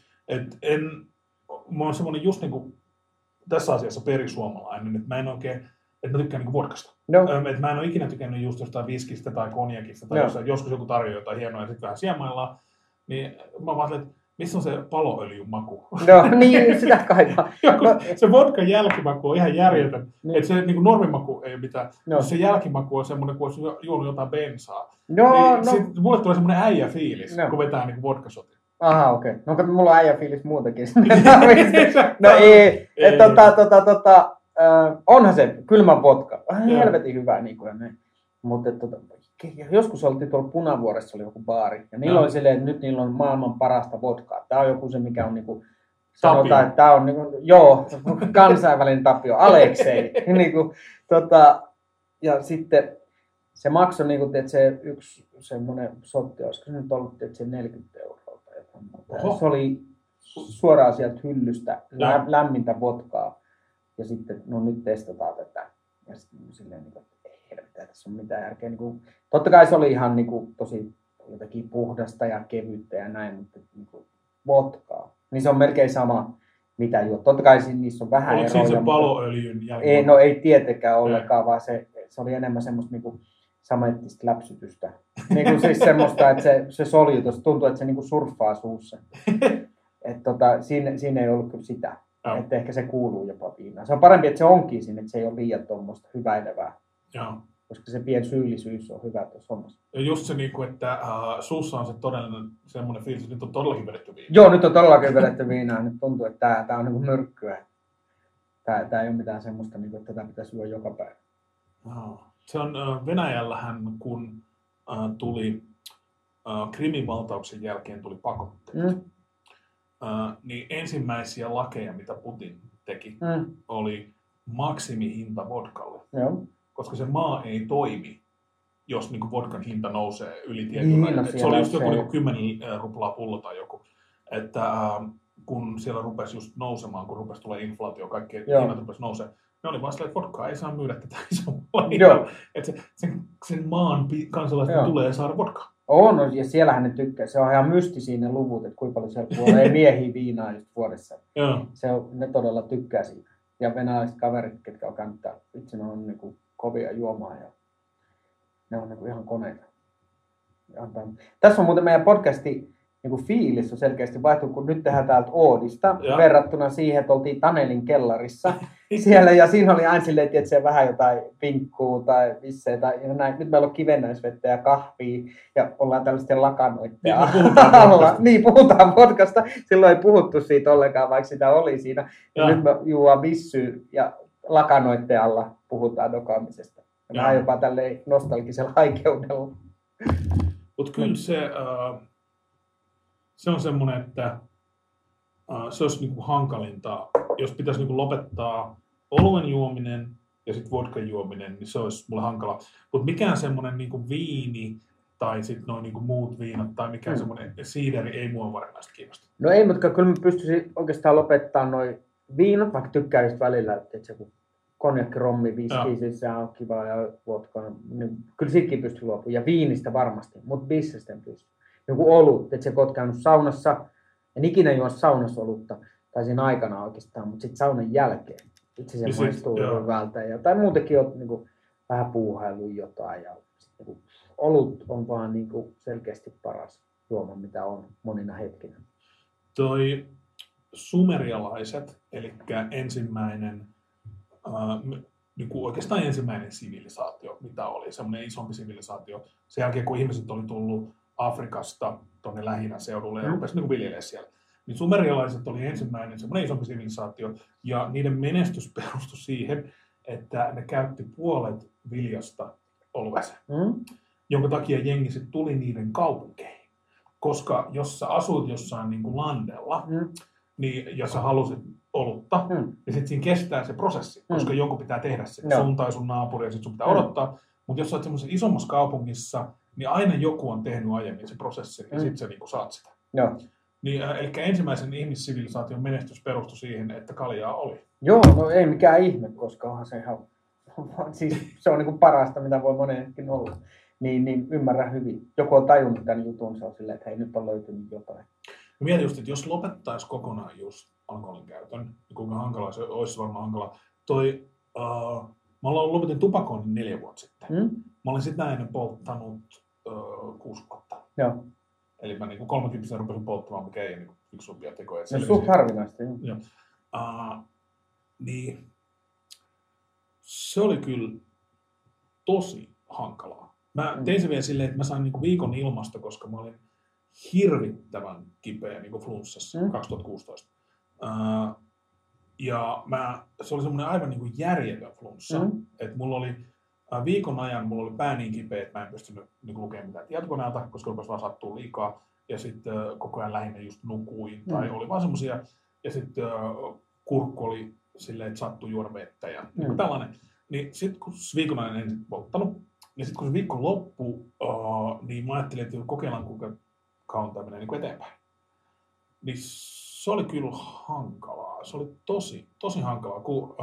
Mä oon semmoinen just niinku tässä asiassa perisuomalainen, että mä en oikein, että mä tykkään niinku vodkasta. No. Että mä en ole ikinä tykännyt just jostain viskistä tai konjakista, tai joskus joku tarjoaa jotain hienoa ja sitten vähän siemaillaan. Niin mä vaan että missä on se paloöljyn maku? No niin, sitä kaipaa. Se vodkan jälkimaku on ihan järjetön. Niin. Että se niin normimaku ei mitään. No. Se jälkimaku on semmoinen, kun olisi juonut jotain bensaa. Niin mulle tulee semmoinen äijäfiilis, kun vetää niin vodkasotin. Aha, okei. No mulla on äijäfiilis muutakin. No ei. Onhan se kylmä vodka. Helvetin hyvää niin kuin näin. Mutta joskus oltiin tuolla Punavuoressa, oli joku baari, ja niillä oli silleen, että nyt niillä on maailman parasta vodkaa. Tämä on joku se, mikä on niinku, sanotaan, että tämä on niinku, kansainvälinen Tapio, Aleksei. Niinku, ja sitten se maksoi, niinku, että se yksi semmoinen sotti, olisiko se nyt ollut, että se 40 € tai jotain. Se oli suoraan sieltä hyllystä lämmintä vodkaa, ja sitten, no nyt testataan tätä. Ja sitten silleen, niinku, ei tässä ole mitään järkeä. Niin totta kai se oli ihan niin kuin, tosi jotenkin puhdasta ja kevyttä ja näin, mutta niin kuin, vodkaa. Niin se on melkein sama, mitä juo. Totta kai niissä on vähän eroja. Oliko siinä se paloöljyn jälkeen? Ei, no ei tietenkään ollenkaan, vaan se oli enemmän semmoista niin kuin samettista läpsytystä. Niin kuin siis semmoista, että se soljutus tuntuu, että se niin kuin surffaa suussa. Siinä ei ollut kyllä sitä. Että ehkä se kuuluu jopa viinaan. Se on parempi, että se onkin siinä, että se ei ole liian tuommoista hyväilevää. Joo. Koska se pieni syyllisyys on hyvä tuossa hommassa. Ja just se, että suussa on se todellinen semmoinen fiilis, että nyt on todellakin vedetty viinaa. Joo, nyt on todellakin vedetty viinaa. Nyt tuntuu, että tämä on niin kuin myrkkyä. Tämä ei ole mitään semmoista, että tätä pitäisi juoda joka päivä. Se on Venäjällähän, kun tuli Krimin valtauksen jälkeen tuli pakotteet. Niin ensimmäisiä lakeja, mitä Putin teki, oli maksimihinta vodkalle. Joo. Koska se maa ei toimi, jos niin vodkan hinta nousee yli tietyn rajan. Se oli just joku niin 10 ruplaa pullo tai joku. Että kun siellä rupesi just nousemaan, kun rupesi tulee inflaatio, kaikki hinnat rupesi nousee. Ne oli vaan silleen, että vodkaa ei saa myydä tätä isommalla. Että sen maan kansalaisten tulee saada vodkaa. On, ja siellähän ne tykkää. Se on ihan mystisiä ne luvut, että kuinka paljon siellä kuolee miehiä viinaa just vuodessa. Ne todella tykkää siitä. Ja venäläiset kaverit, ketkä on käynyt täällä, itse ne on niinku kovia juomaan ja ne on niinku ihan koneita. Tässä on muuten meidän podcasti niin kuin fiilis on selkeästi vaihtunut, kun nyt tehdään täältä Oodista verrattuna siihen, että oltiin Tanelin kellarissa siellä ja siinä oli aina silleen, että vähän jotain pinkkuu tai vissejä tai näin. Nyt meillä on kivennäisvettä ja kahvia ja ollaan tällaisten lakanoitteen alla. Niin, puhutaan vodkasta. Silloin ei puhuttu siitä ollenkaan, vaikka sitä oli siinä. Ja nyt me juodaan vissyä ja lakanoitteen alla puhutaan dokaamisesta. Vähän jopa tälleen nostalgisella haikeudella. Mutta kyllä se on semmoinen, että se olisi niinku hankalinta, jos pitäisi niinku lopettaa oluen juominen ja sitten vodkan juominen, niin se olisi mulle hankala. Mutta mikään semmoinen niinku viini tai sitten noin niinku muut viinat tai mikään semmoinen siideri ei mua varsinaisesti kiinnosta. No ei, mutta kyllä mä pystyisin oikeastaan lopettamaan noin viinat, vaikka tykkään just välillä, että se kun konjakki, rommi, viski, siis se on kiva ja vodka, niin kyllä sitkin pystyy luopumaan. Ja viinistä varmasti, mutta bissestä en pysty. Joku olut, että se kun oot käynyt saunassa, en ikinä juo saunassa olutta, tai siinä aikana oikeastaan, mutta sitten saunan jälkeen. Itse se maistuu hyvältä. Tai muutenkin oot niin kuin, vähän puuhailuja jotain. Ja niin olut on vaan niin kuin, selkeästi paras juoma, mitä on monina hetkinä. Toi sumerialaiset, eli ensimmäinen, niin kuin oikeastaan ensimmäinen sivilisaatio, mitä oli, semmoinen isompi sivilisaatio. Sen jälkeen, kun ihmiset oli tullut Afrikasta tuonne Lähi-seudulle ja rupesi niin viljelemään siellä. Niin sumerialaiset oli ensimmäinen semmoinen isompi sivilisaatio, ja niiden menestys perustui siihen, että ne käytti puolet viljasta oluessa, jonka takia jengi sitten tuli niiden kaupunkeihin. Koska jos sä asuit jossain niin kuin landella, niin, ja sä halusit olutta, niin sitten siinä kestää se prosessi, koska jonkun pitää tehdä se. Sun tai sun naapuri, ja sitten sun pitää odottaa. Mutta jos sä oot semmoisessa isommassa kaupungissa, niin aina joku on tehnyt aiemmin se prosessi, ja sitten sä niinku saat sitä. Niin, eli ensimmäisen ihmissivilisaation menestys perustui siihen, että kaljaa oli. Joo, no ei mikään ihme, koska onhan se ihan, siis se on niinku parasta, mitä voi moneenkin olla. Niin ymmärrän hyvin. Joku on tajunnut tämän jutun, se on silleen, että hei, nyt on löytynyt jotain. Mietin just, että jos lopettaisi kokonaan just alkoholin käytön, niin kuinka hankalaa se olisi varmaan hankala. Mä lopetin tupakoinnin 4 vuotta sitten. Mä olin sitä ennen polttanut 6 vuotta. Joo. Eli mä niin 30 rupesin polttamaan, mikä ei niin fiksumpia tekoja. Se on suht harvinaista. Joo. Niin se oli kyllä tosi hankalaa. Mä tein se vielä silleen, että mä sain niin viikon ilmasta, koska mä olin hirvittävän kipeä niin flunssassa 2016. Ja se oli semmoinen aivan niin kuin järjetön flunssa, että mulla oli viikon ajan mulla oli pää niin kipeä, että mä en pystynyt niin kuin lukemaan mitään tietokoneelta, koska rupesi vaan sattua liikaa. Ja sitten koko ajan lähinnä just nukuin tai oli vaan semmosia. Ja sitten kurkku oli silleen, että sattui juoda vettä ja niin tällainen. Niin sitten kun viikon ajan en polttanut, niin sitten kun se viikko loppui, niin mä ajattelin, että kokeillaan kuinka kauan tämä menee niin eteenpäin. Niin se oli kyllä hankalaa. Se oli tosi hankalaa, kun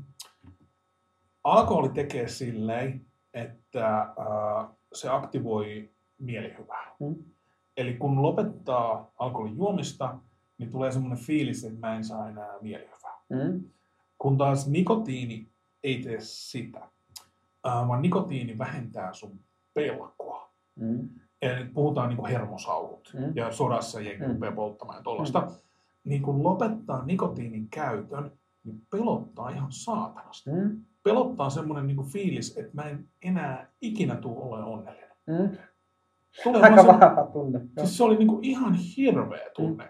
alkoholi tekee silleen, että se aktivoi mielihyvää. Eli kun lopettaa alkoholin juomista, niin tulee semmoinen fiilis, että mä en saa enää mielihyvää. Kun taas nikotiini ei tee sitä, vaan nikotiini vähentää sun pelkoa. Eli puhutaan niin kuin hermosauhut ja sodassa jengi rupeaa polttamaan ja tollaista. Niin kun lopettaa nikotiinin käytön, niin pelottaa ihan saatanasti. Pelottaa semmoinen niin kuin fiilis, että mä en enää ikinä tule olemaan onnellinen. Aika vahva tunne. Siis se oli niin kuin ihan hirveä tunne.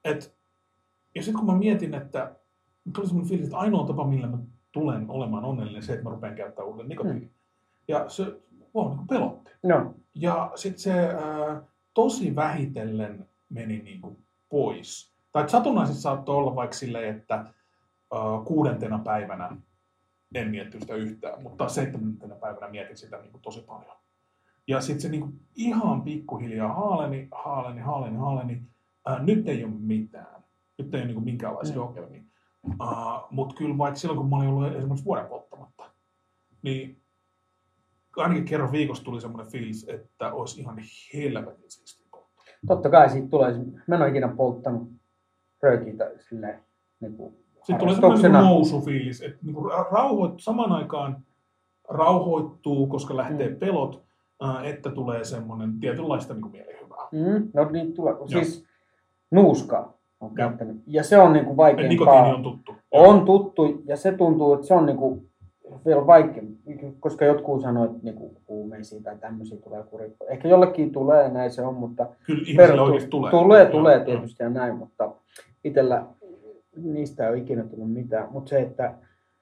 Ja sitten kun mä mietin, että tuli semmoinen fiilis, että ainoa tapa, millä mä tulen olemaan onnellinen, se, että mä rupean käyttämään uudelleen nikotiinia. Ja se niin kuin pelotti. No. Ja sitten se tosi vähitellen meni niin kuin pois. Tai satunnaisesti saattoi olla vaikka silleen, että 6. päivänä en miettinyt sitä yhtään, mutta 7. päivänä mietin sitä niin kuin tosi paljon. Ja sitten se niin kuin ihan pikkuhiljaa haaleni. Nyt ei ole mitään. Nyt ei ole niin kuin minkäänlaisia ongelmia. Mutta kyllä vaikka silloin, kun mä olin ollut esimerkiksi vuoden polttamatta, niin ainakin kerran viikossa tuli semmoinen fiilis, että olisi ihan helvetin siistiä polttaa. Totta kai siitä tulee, mä en ole ikinä polttanut röökiä silleen niin kuin sitten tulee semmoinen nousufiilis, että niin samaan aikaan rauhoittuu, koska lähtee pelot, että tulee semmoinen tietynlaista niin kuin mielihyvää. No niin tulee. Siis nuuskaa on käyttänyt. Ja se on niinku vaikeampaa. Nikotiini on tuttu. On tuttu ja se tuntuu, että se on niinku vielä vaikeampi, koska jotkut sanoo, että niinku huumeisia tai tämmöisiä tulee kurikkoja. Ehkä jollekin tulee, näin se on, mutta kyllä ihmisillä oikeasti tulee. Tulee tietysti ja näin, mutta itsellä niistä ei ole ikinä tullut mitään. Mutta se, että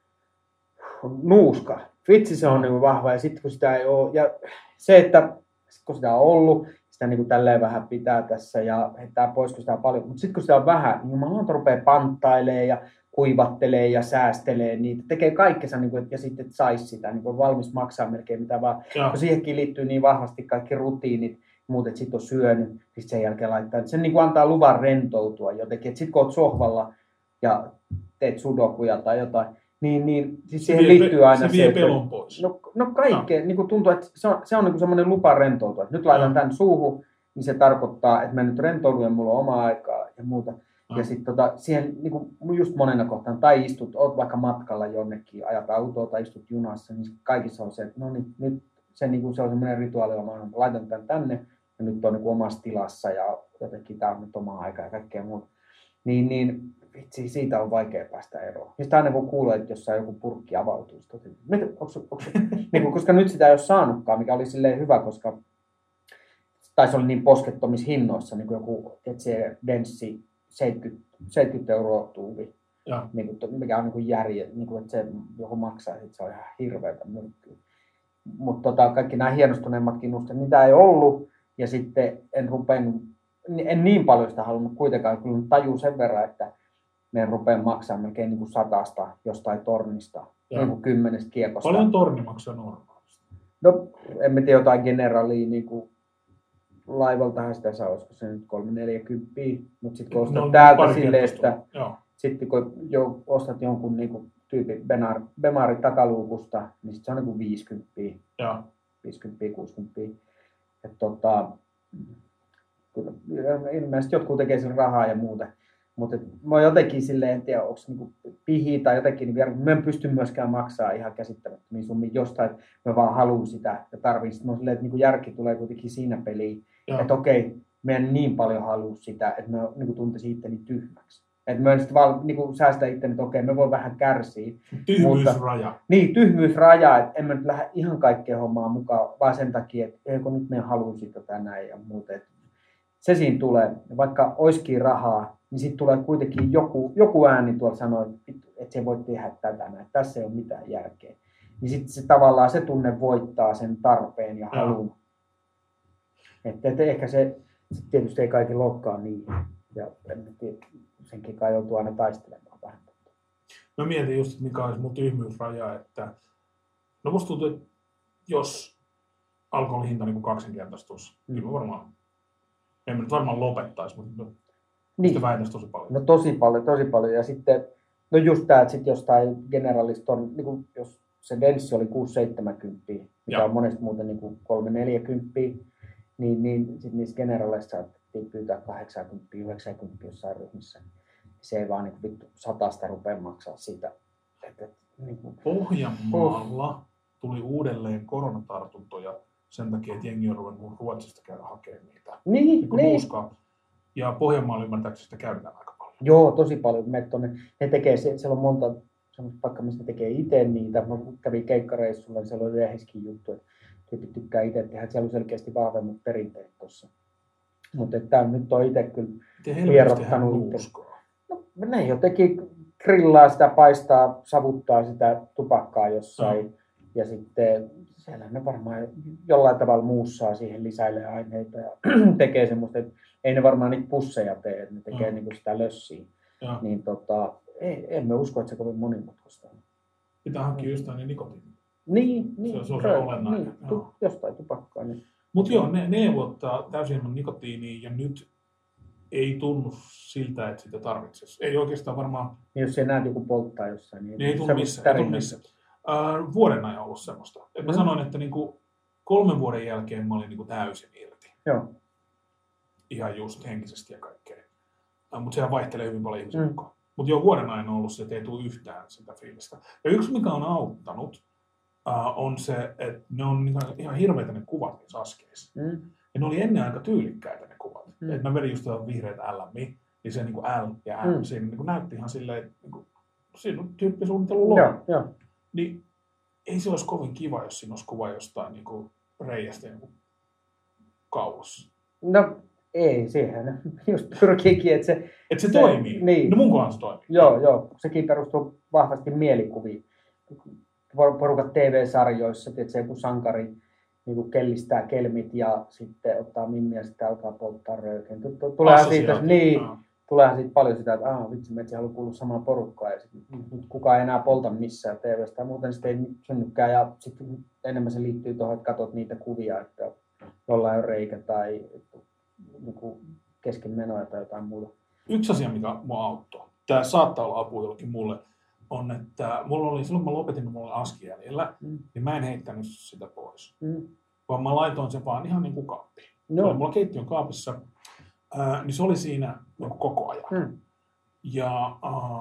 nuuska, vitsi se on niinku vahva ja sitten kun sitä ei ole, ja se, että kun sitä on ollut, sitä niinku tälleen vähän pitää tässä ja heittää pois, kun sitä on paljon, mutta sitten kun sitä on vähän, niin jumalauta rupeaa panttailemaan ja kuivattelee ja säästelee niitä, tekee kaikkensa niin ja sitten saisi sitä, niin on valmis maksaa melkein mitä vaan. Kun siihenkin liittyy niin vahvasti kaikki rutiinit, muut, että sitten on syönyt, sitten sen jälkeen laittaa. Se niin antaa luvan rentoutua jotenkin, että sitten kun olet sohvalla ja teet sudokuja tai jotain, niin siis siihen liittyy aina se vie pelon pois. No kaikkea, niin tuntuu, että se on niin semmoinen lupa rentoutua. Nyt laitan tämän suuhun, niin se tarkoittaa, että mä nyt rentoudun ja mulla on omaa aikaa ja muuta. Ja sitten siihen niin just monena kohtaan, tai oot vaikka matkalla jonnekin, ajat autoa tai istut junassa, niin kaikissa on se, että no niin, nyt se, niin se on semmoinen rituaali, että mä laitan tämän tänne, ja nyt on niin omassa tilassa, ja jotenkin tämä on nyt omaa aikaa ja kaikkea muuta. Niin vitsi, siitä on vaikea päästä eroon. Ja sitä aina kun kuulee, että jossain joku purkki avautuu, niin, koska nyt sitä ei ole saanutkaan, mikä oli silleen hyvä, koska tai se oli niin poskettomissa hinnoissa, niin kuin joku, että se denssi 70 € tuubi, niin kuin, mikä on niin järje, niin kuin, että se joku maksaa, että se on ihan hirveätä myrkkyä. Mutta kaikki nämä hienostuneemmatkin nuuskat, niitä ei ollut, ja sitten en niin paljon sitä halunnut kuitenkaan, kyllä tajuu sen verran, että me rupean maksamaan melkein niin kuin 100 jostain tornista, niin kuin 10 kiekosta. Paljon torni maksaa normaalisti? No, en tiedä jotain generalia, niin kuin laivaltahan sitä saa, olisiko se nyt 340, mutta sitten kun ostat täältä silleen, että sitten kun ostat jonkun niin tyypin Bemari takaluukusta, niin sitten se on niin kuin 50, 60. Että ilmeisesti jotkut tekee sen rahaa ja muuta. Mutta mä oon jotenkin silleen, en tiedä, onko niinku pihi tai jotenkin, niin mä en pysty myöskään maksaa ihan käsittämättömiä summia jostain, että mä vaan haluan sitä ja tarvitsen. Sitten mä oon silleen, että niinku järki tulee kuitenkin siinä peliin, että okei, mä en niin paljon halua sitä, että mä niinku tuntisin itteni tyhmäksi. Että mä en sitten vaan niinku säästä itteni, että okei, mä voin vähän kärsiä. Tyhmyysraja. Niin, tyhmyysraja, että en mä nyt lähde ihan kaikkea hommaa mukaan, vaan sen takia, että kun nyt mä haluan sitä tänään ja muuta. Se siinä tulee, vaikka olisikin rahaa, niin sitten tulee kuitenkin joku ääni tuolla sanoo, että se voi tehdä tätä, että tässä ei ole mitään järkeä. Niin sitten se tavallaan se tunne voittaa sen tarpeen ja halun. Että ehkä se tietysti ei kaikilla olekaan niin. Ja senkin kai joutuu aina taistelemaan vähän. Mä mietin just, että mikä olisi mun tyhmyysraja, että no musta tuntuu, että jos alkoholin hinta niin kaksinkertaistuisi, kyllä mä varmaan, en mä nyt varmaan lopettaisi, mutta sitä vähentäisi tosi paljon. No tosi paljon. Ja sitten, no just tää, että sitten jostain generalista on, niin kuin, jos se denssi oli 6-70, mikä on monesti muuten niin 3-40, niin sitten niissä generaleissa saatettiin pyytää 80-90 jossain ryhmissä. Se ei vaan niin vittu 100 rupea maksaa siitä. Niin Pohjanmaalla tuli uudelleen koronatartuntoja sen takia, että jengi on ruvennut Ruotsista käydä hakemaan niitä. Niin. Ja Pohjanmaalla ymmärtääkseni sitä käytetään aika paljon. Joo, tosi paljon. Ne tekee, siellä on monta semmoista paikkaa, missä ne tekee itse niitä. Mä kävin keikkareissulla, niin siellä oli yhdessäkin juttu, että tyypit tykkää itse tehdä. Siellä on selkeästi vahvemmat perinteet tuossa. Mutta nyt on itse kyllä hierottanut. No, ne jotenkin grillaa sitä, paistaa, savuttaa sitä tupakkaa jossain. Ja sitten siellä ne varmaan jollain tavalla muussaa siihen lisäilee aineita ja tekee semmoista, että ei ne varmaan niitä pusseja tee, että ne tekee niinku sitä lössiä. Niin emme usko, että se kovin monimutkaista on. Pitää hankkia jostain nikotiinia. Niin. Se on se olennainen. Jostain tupakkaa. Niin. Mutta joo, ne euvottaa täysin ilman nikotiiniä ja nyt ei tunnu siltä, että sitä tarvitsisi. Ei oikeastaan varmaan. Jos sä näet joku polttaa jossain, niin ei tunnu missään. Vuoden ajan ollut semmoista. Mä sanoin, että niinku 3 vuoden jälkeen mä olin niinku täysin irti. Joo. Ihan just henkisesti ja kaikkea. Mutta sehän vaihtelee hyvin paljon ihmisen mukaan. Mutta jo vuoden ajan on ollut se, että ei tule yhtään sitä fiilistä. Ja yksi, mikä on auttanut, on se, että ne on ihan hirveitä ne kuvat niissä askeissa. Ja ne oli ennen aika tyylikkäitä ne kuvat. että mä vedin just vihreät LM, niin se niinku L ja M, siinä niinku näytti ihan silleen, että niinku, siinä on tyyppisuunnittelu Joo. Niin ei se olisi kovin kiva, jos siinä olisi kuva jostain niinku reiästä joku kaulassa. No ei, siihen just pyrkiikin, että se... Että se toimii? Niin. No mun kohdalla se toimii. Joo. Sekin perustuu vahvasti mielikuviin. Porukat TV-sarjoissa, että se joku sankari niin kellistää kelmit ja sitten ottaa mimmiä ja sitten alkaa polttaa röykeen. Tuleehan siitä paljon sitä, että vitsi, metsi haluaa kuulua samaan porukkaan ja nyt kukaan ei enää polta missään TVstä. Muuten sitten ei synnykään ja sitten enemmän se liittyy tuohon, että katsot niitä kuvia, että jollain on reikä tai joku keskenmenoja tai jotain muuta. Yksi asia, mikä mua auttoi, tämä saattaa olla apu jollekin mulle, on, että mulla oli, silloin kun mä lopetin, kun mulla oli aski jäljellä, niin mä en heittänyt sitä pois. Vaan mä laitoin sen vaan ihan niin kuin kaappiin. Mulla keittiön kaapissa, niin se oli siinä niin koko ajan. Ja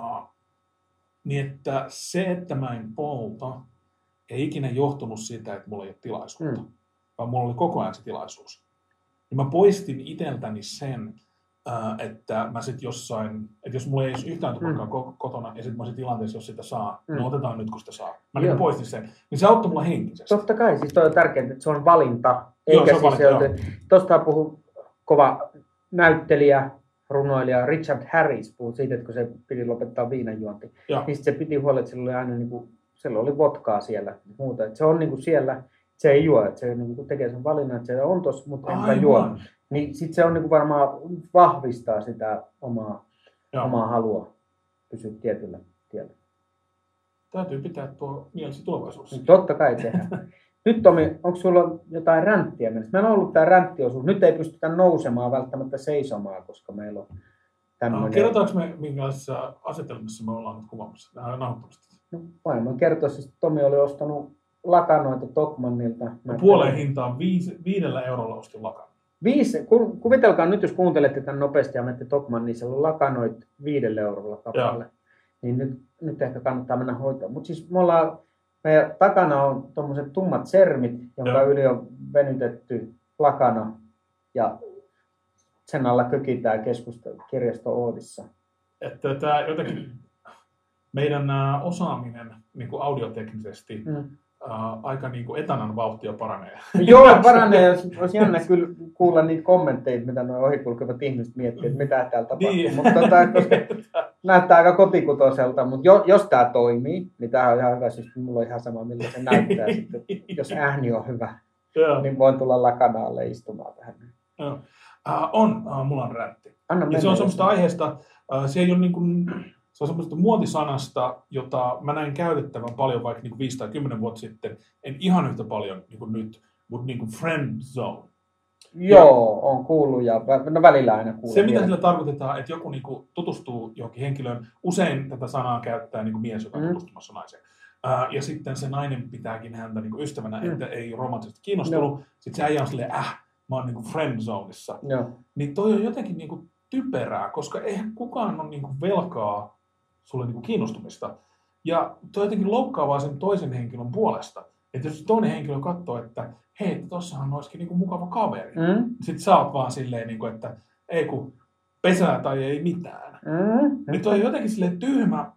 niin, että se, että mä en polta, ei ikinä johtunut siitä, että mulla ei ole tilaisuutta, vaan mulla oli koko ajan se tilaisuus. Ja mä poistin itseltäni sen, että mä sit jossain, että jos mulla ei olisi yhtään tupakkaa kotona ja sit mä olisin tilanteessa, jos sitä saa, niin otetaan nyt, kun sitä saa. Mä niin poistin sen. Niin se auttoi mulla henkisesti. Totta kai, siis toi on tärkeää, että se on valinta. Eikä tuosta puhuu kova näyttelijä, runoilija Richard Harris puhui siitä, että kun se piti lopettaa viinanjuonti, niin se piti huolella, että sillä oli aina niinku, sillä oli vodkaa siellä muuta. Että se on niinku siellä, se ei juo, että se niinku tekee sen valinnan, että se on tossa, mutta enpä juo. Niin sitten se on niinku varmaan vahvistaa sitä omaa halua pysyä tietyllä tiellä. Täytyy pitää tuo mielessä tulevaisuudessa. Totta kai tehdään. Nyt Tomi, onko sulla jotain ränttiä? Meillä on ollut tämä ränttiosuus. Nyt ei pystytä nousemaan välttämättä seisomaan, koska meillä on tämmöinen... Kerrotaanko me, minkälaisessa asetelmassa me ollaan nyt kuvaamassa? Nauhoittamassa. No, vain kertoa, siis Tomi oli ostanut lakanoita Tokmannilta. Puoleen hintaan 5 eurolla ostin lakan. Kuvitelkaa nyt, jos kuuntelette tämän nopeasti ja menette Tokmanniin, niin siellä on lakanoit 5 eurolla kappale. Niin nyt ehkä kannattaa mennä hoitoon. Mutta siis meidän takana on tuommoiset tummat sermit, jonka yli on venytetty lakana ja sen alla kökitään kirjasto Oodissa. Että tämä jotenkin meidän osaaminen niin kuin audioteknisesti aika niin kuin etanan vauhtia paranee. Joo, paranee. Olisi jännä kyllä kuulla niitä kommentteja, mitä nuo ohikulkevat ihmiset miettii, että mitä täällä tapahtuu. Niin. Mutta koska näyttää aika kotikutoiselta, mutta jos tämä toimii, niin tämä on ihan hyvä. Siis mulla on ihan sama, miltä se näyttää. Sitten, jos ääni on hyvä, niin voin tulla lakanaalle istumaan tähän. Mulla on rätti. Ja se on semmoista aiheesta, se ei ole niin kuin... Se on semmoista muotisanasta, jota mä näin käytettävän paljon vaikka niin kuin 5 tai 10 vuotta sitten. En ihan yhtä paljon niin kuin nyt, mutta niin kuin friend zone. Joo, on kuullut ja välillä aina kuullut. Se, mitä sillä tarkoitetaan, että joku niin kuin tutustuu johonkin henkilöön, usein tätä sanaa käyttää niin kuin mies, joka on tutustumassa naiseen. Ja sitten se nainen pitääkin häntä niin kuin ystävänä, että ei romanttisesti kiinnostunut. Sitten se äijä on silleen, mä oon niin kuin friend zoneissa. Niin toi on jotenkin niin kuin typerää, koska eihän kukaan ole niin kuin velkaa sulle niin kuin kiinnostumista. Ja toi jotenkin loukkaavaa sen toisen henkilön puolesta. Että jos toinen henkilö katsoo, että hei, tossahan olisikin niin kuin mukava kaveri. Sitten sä oot vaan silleen, niin kuin, että ei kun pesää tai ei mitään. Niin toi on jotenkin silleen tyhmä.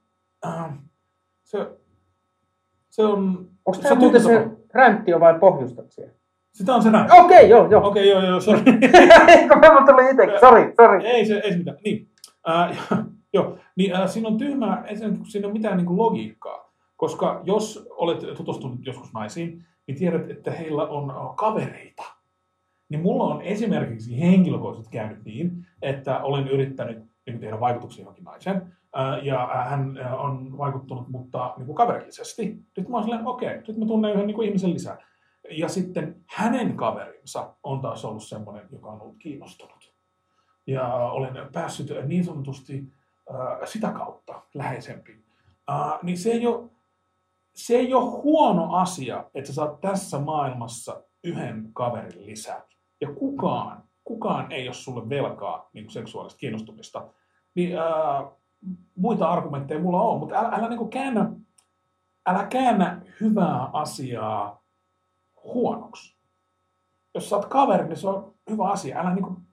Se on... Onko tämä muuten se räntti vai pohjustat siellä? Sitä on se räntti. Okei, joo. Okei, joo, sori. Eikö mä tulin itsekin? Sori. Ei se mitään. Niin. Joo, niin siinä on tyhmää, kun siinä ei ole mitään niin kuin logiikkaa. Koska jos olet tutustunut joskus naisiin, niin tiedät, että heillä on kavereita. Niin mulla on esimerkiksi henkilökohtaisesti käynyt niin, että olen yrittänyt niin tehdä vaikutuksia johonkin naiseen. Ja hän on vaikuttunut, mutta niin kuin kaverillisesti. Nyt mä oon silleen, okei, nyt mä tunnen yhden niin kuin ihmisen lisää. Ja sitten hänen kaverinsa on taas ollut semmoinen, joka on ollut kiinnostunut. Ja olen päässyt niin sanotusti sitä kautta läheisempiin. Niin se ei ole huono asia, että sä saat tässä maailmassa yhden kaverin lisää. Ja kukaan ei ole sulle velkaa niin kuin seksuaalista kiinnostumista. Niin, muita argumentteja mulla on, mutta älä niin kuin käännä hyvää asiaa huonoksi. Jos sä oot kaveri, niin se on hyvä asia. Älä niin kuin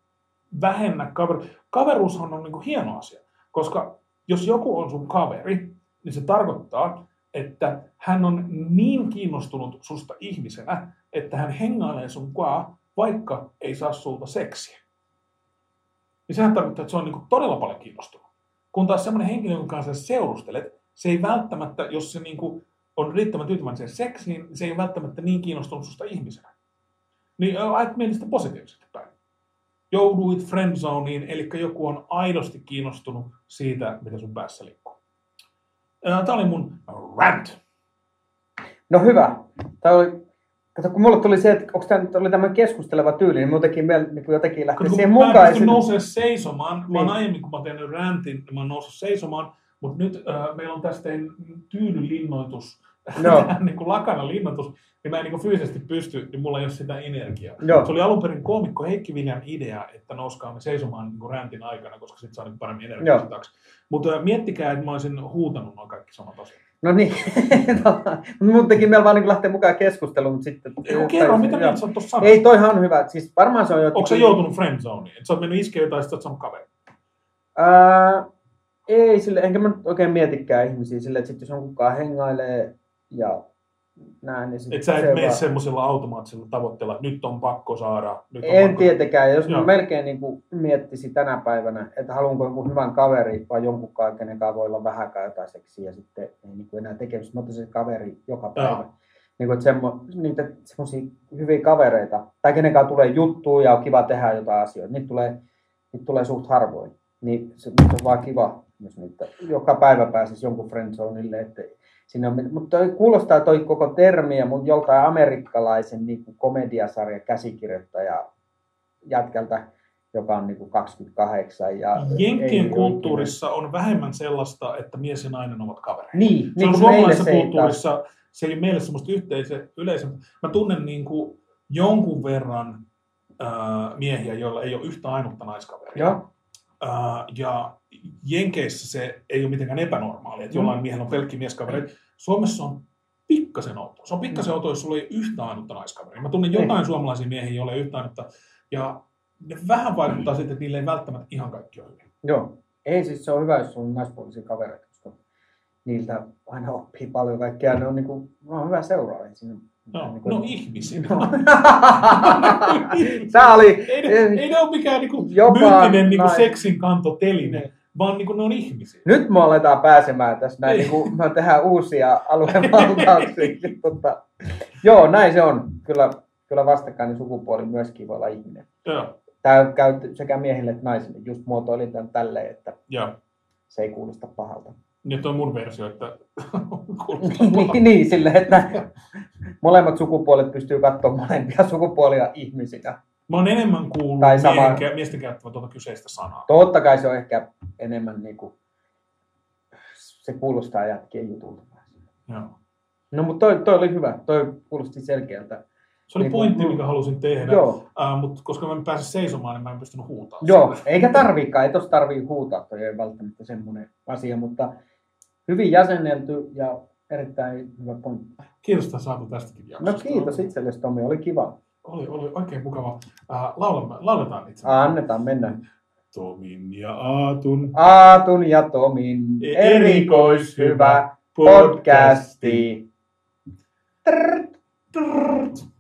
vähennä kaveruushan on niinku hieno asia, koska jos joku on sun kaveri, niin se tarkoittaa, että hän on niin kiinnostunut susta ihmisenä, että hän hengailee sun kanssa, vaikka ei saa sulta seksiä. Niin sehän tarkoittaa, että se on niinku todella paljon kiinnostunut. Kun taas semmoinen henkilö, jonka kanssa seurustelet, se ei välttämättä, jos se niinku on riittävän tyytyväinen siihen seksiin, se ei välttämättä niin kiinnostunut susta ihmisenä. Niin ajat mieli sitä positiivisesti päin. Jouduit friendzoneen, eli joku on aidosti kiinnostunut siitä, mitä sun päässä liikkuu. Tämä oli mun rant. No hyvä. Kato, kun mulle tuli se, että onko tämä nyt oli tämmöinen keskusteleva tyyli, niin muutenkin niin jotenkin lähtee siihen mukaan. Mä en pysty nousee seisomaan. Mä oon aiemmin, kun mä oon tehnyt rantin, mä oon noussut seisomaan. Mutta nyt meillä on tästä tyynylinnoitus, niin kuin lakanalinnoitus, niin mä en niin fyysisesti pysty, niin mulla ei ole sitä energiaa. Joo. Se oli alun perin koomikko Heikki Viljan idea, että nouskaamme seisomaan niin rantin aikana, koska sitten saa niin paremmin energiaa taakse. Mutta miettikää, että mä olisin huutanut noin kaikki samat asiat. No niin, muutenkin meillä vaan niin lähtee mukaan keskusteluun, mutta sitten... Kerro, mitä mieltä sä oot tuossa sanonut? Ei, toihan on hyvä. Siis varmaan se on jotenkin... Onko sä joutunut friendzoneen? Että sä oot mennyt iskeä jotain, että sä oot saanut kaveri? Ei, sille, enkä mä oikein mietikään ihmisiä silleen, että sit jos jonkunkaan hengailee ja näin, niin et sä et mene semmoisella automaattisella tavoitteella, että nyt on pakko saada. En tietenkään. Jos mä melkein niin miettisin tänä päivänä, että haluanko jonkun hyvän kaveri vai jonkunkaan, kenenkaan voi olla vähäkään jotain seksiä ja sitten ei niin enää tekemistä. Mä ottaisin kaveri joka päivä. Niin että niitä semmoisia hyviä kavereita, tai kenenkaan tulee juttuun ja on kiva tehdä jotain asioita. Niitä tulee suht harvoin. Niin se on vaan kiva, jos niitä joka päivä pääsisi jonkun friendzoneille, että mutta kuulostaa toi koko termiä mun joltain amerikkalaisen niin kuin komediasarjan käsikirjoittaja jätkältä, joka on niin kuin 28. Ja Jenkkien kulttuurissa on vähemmän sellaista, että mies ja nainen ovat kavereita. Niin, se on suomalaisessa kulttuurissa, se ei ole meille semmoista yleisöä. Mä tunnen niin kuin jonkun verran miehiä, joilla ei ole yhtä ainutta naiskaveria. Ja Jenkeissä se ei ole mitenkään epänormaalia, että jollain miehellä on pelkki mieskavereita. Suomessa on pikkasen outoa. Se on pikkasen outoa, jos sulla ei yhtä ainutta naiskaveria. Mä tunnen jotain suomalaisia miehiä, joilla ei yhtä ainutta. Ja ne vähän vaikuttaa sitten, että niille ei välttämättä ihan kaikki ole hyvin. Joo. Ei siis se on hyvä, jos on naispuolisia kavereita, koska niiltä aina oppii paljon kaikkea. Ne on, on hyvä seuraa. Ne on ihmisiä. Tämä oli... Ei ne ole mikään myyttinen seksin kantoteline, vaan ne on ihmisiä. Nyt me aletaan pääsemään tässä näin, me tehdään uusia aluevaltauksia. Joo, näin se on. Kyllä vastakkainen sukupuoli myöskin voi olla ihminen. Tämä käy sekä miehille että naisille. Just muotoilin tämän tälleen, että se ei kuulosta pahalta. Nyt on mun versio, että niin, silleen, että molemmat sukupuolet pystyy katsomaan molempia sukupuolia ihmisinä. Mä oon enemmän kuullut miesten käyttävä tuota kyseistä sanaa. Totta kai se on ehkä enemmän se kuulostaa jätkien jutulta. Joo. No mutta toi oli hyvä, toi kuulosti selkeältä. Se oli pointti, minkä halusin tehdä, mutta koska mä en pääse seisomaan, niin mä en pystynyt huutamaan. Joo, eikä tarviikaan, ei tossa tarvii huutaa, toi ei välttämättä semmoinen asia, mutta hyvin jäsennelty ja erittäin hyvä pointti. Kiitos, että saatu tästäkin jaksosta. No kiitos itsellesi, Tomi, oli kiva. Oli oikein mukava. Lauletaan itse. Annetaan mennä. Tomin ja Aatun. Aatun ja Tomin erikoishyvä podcasti.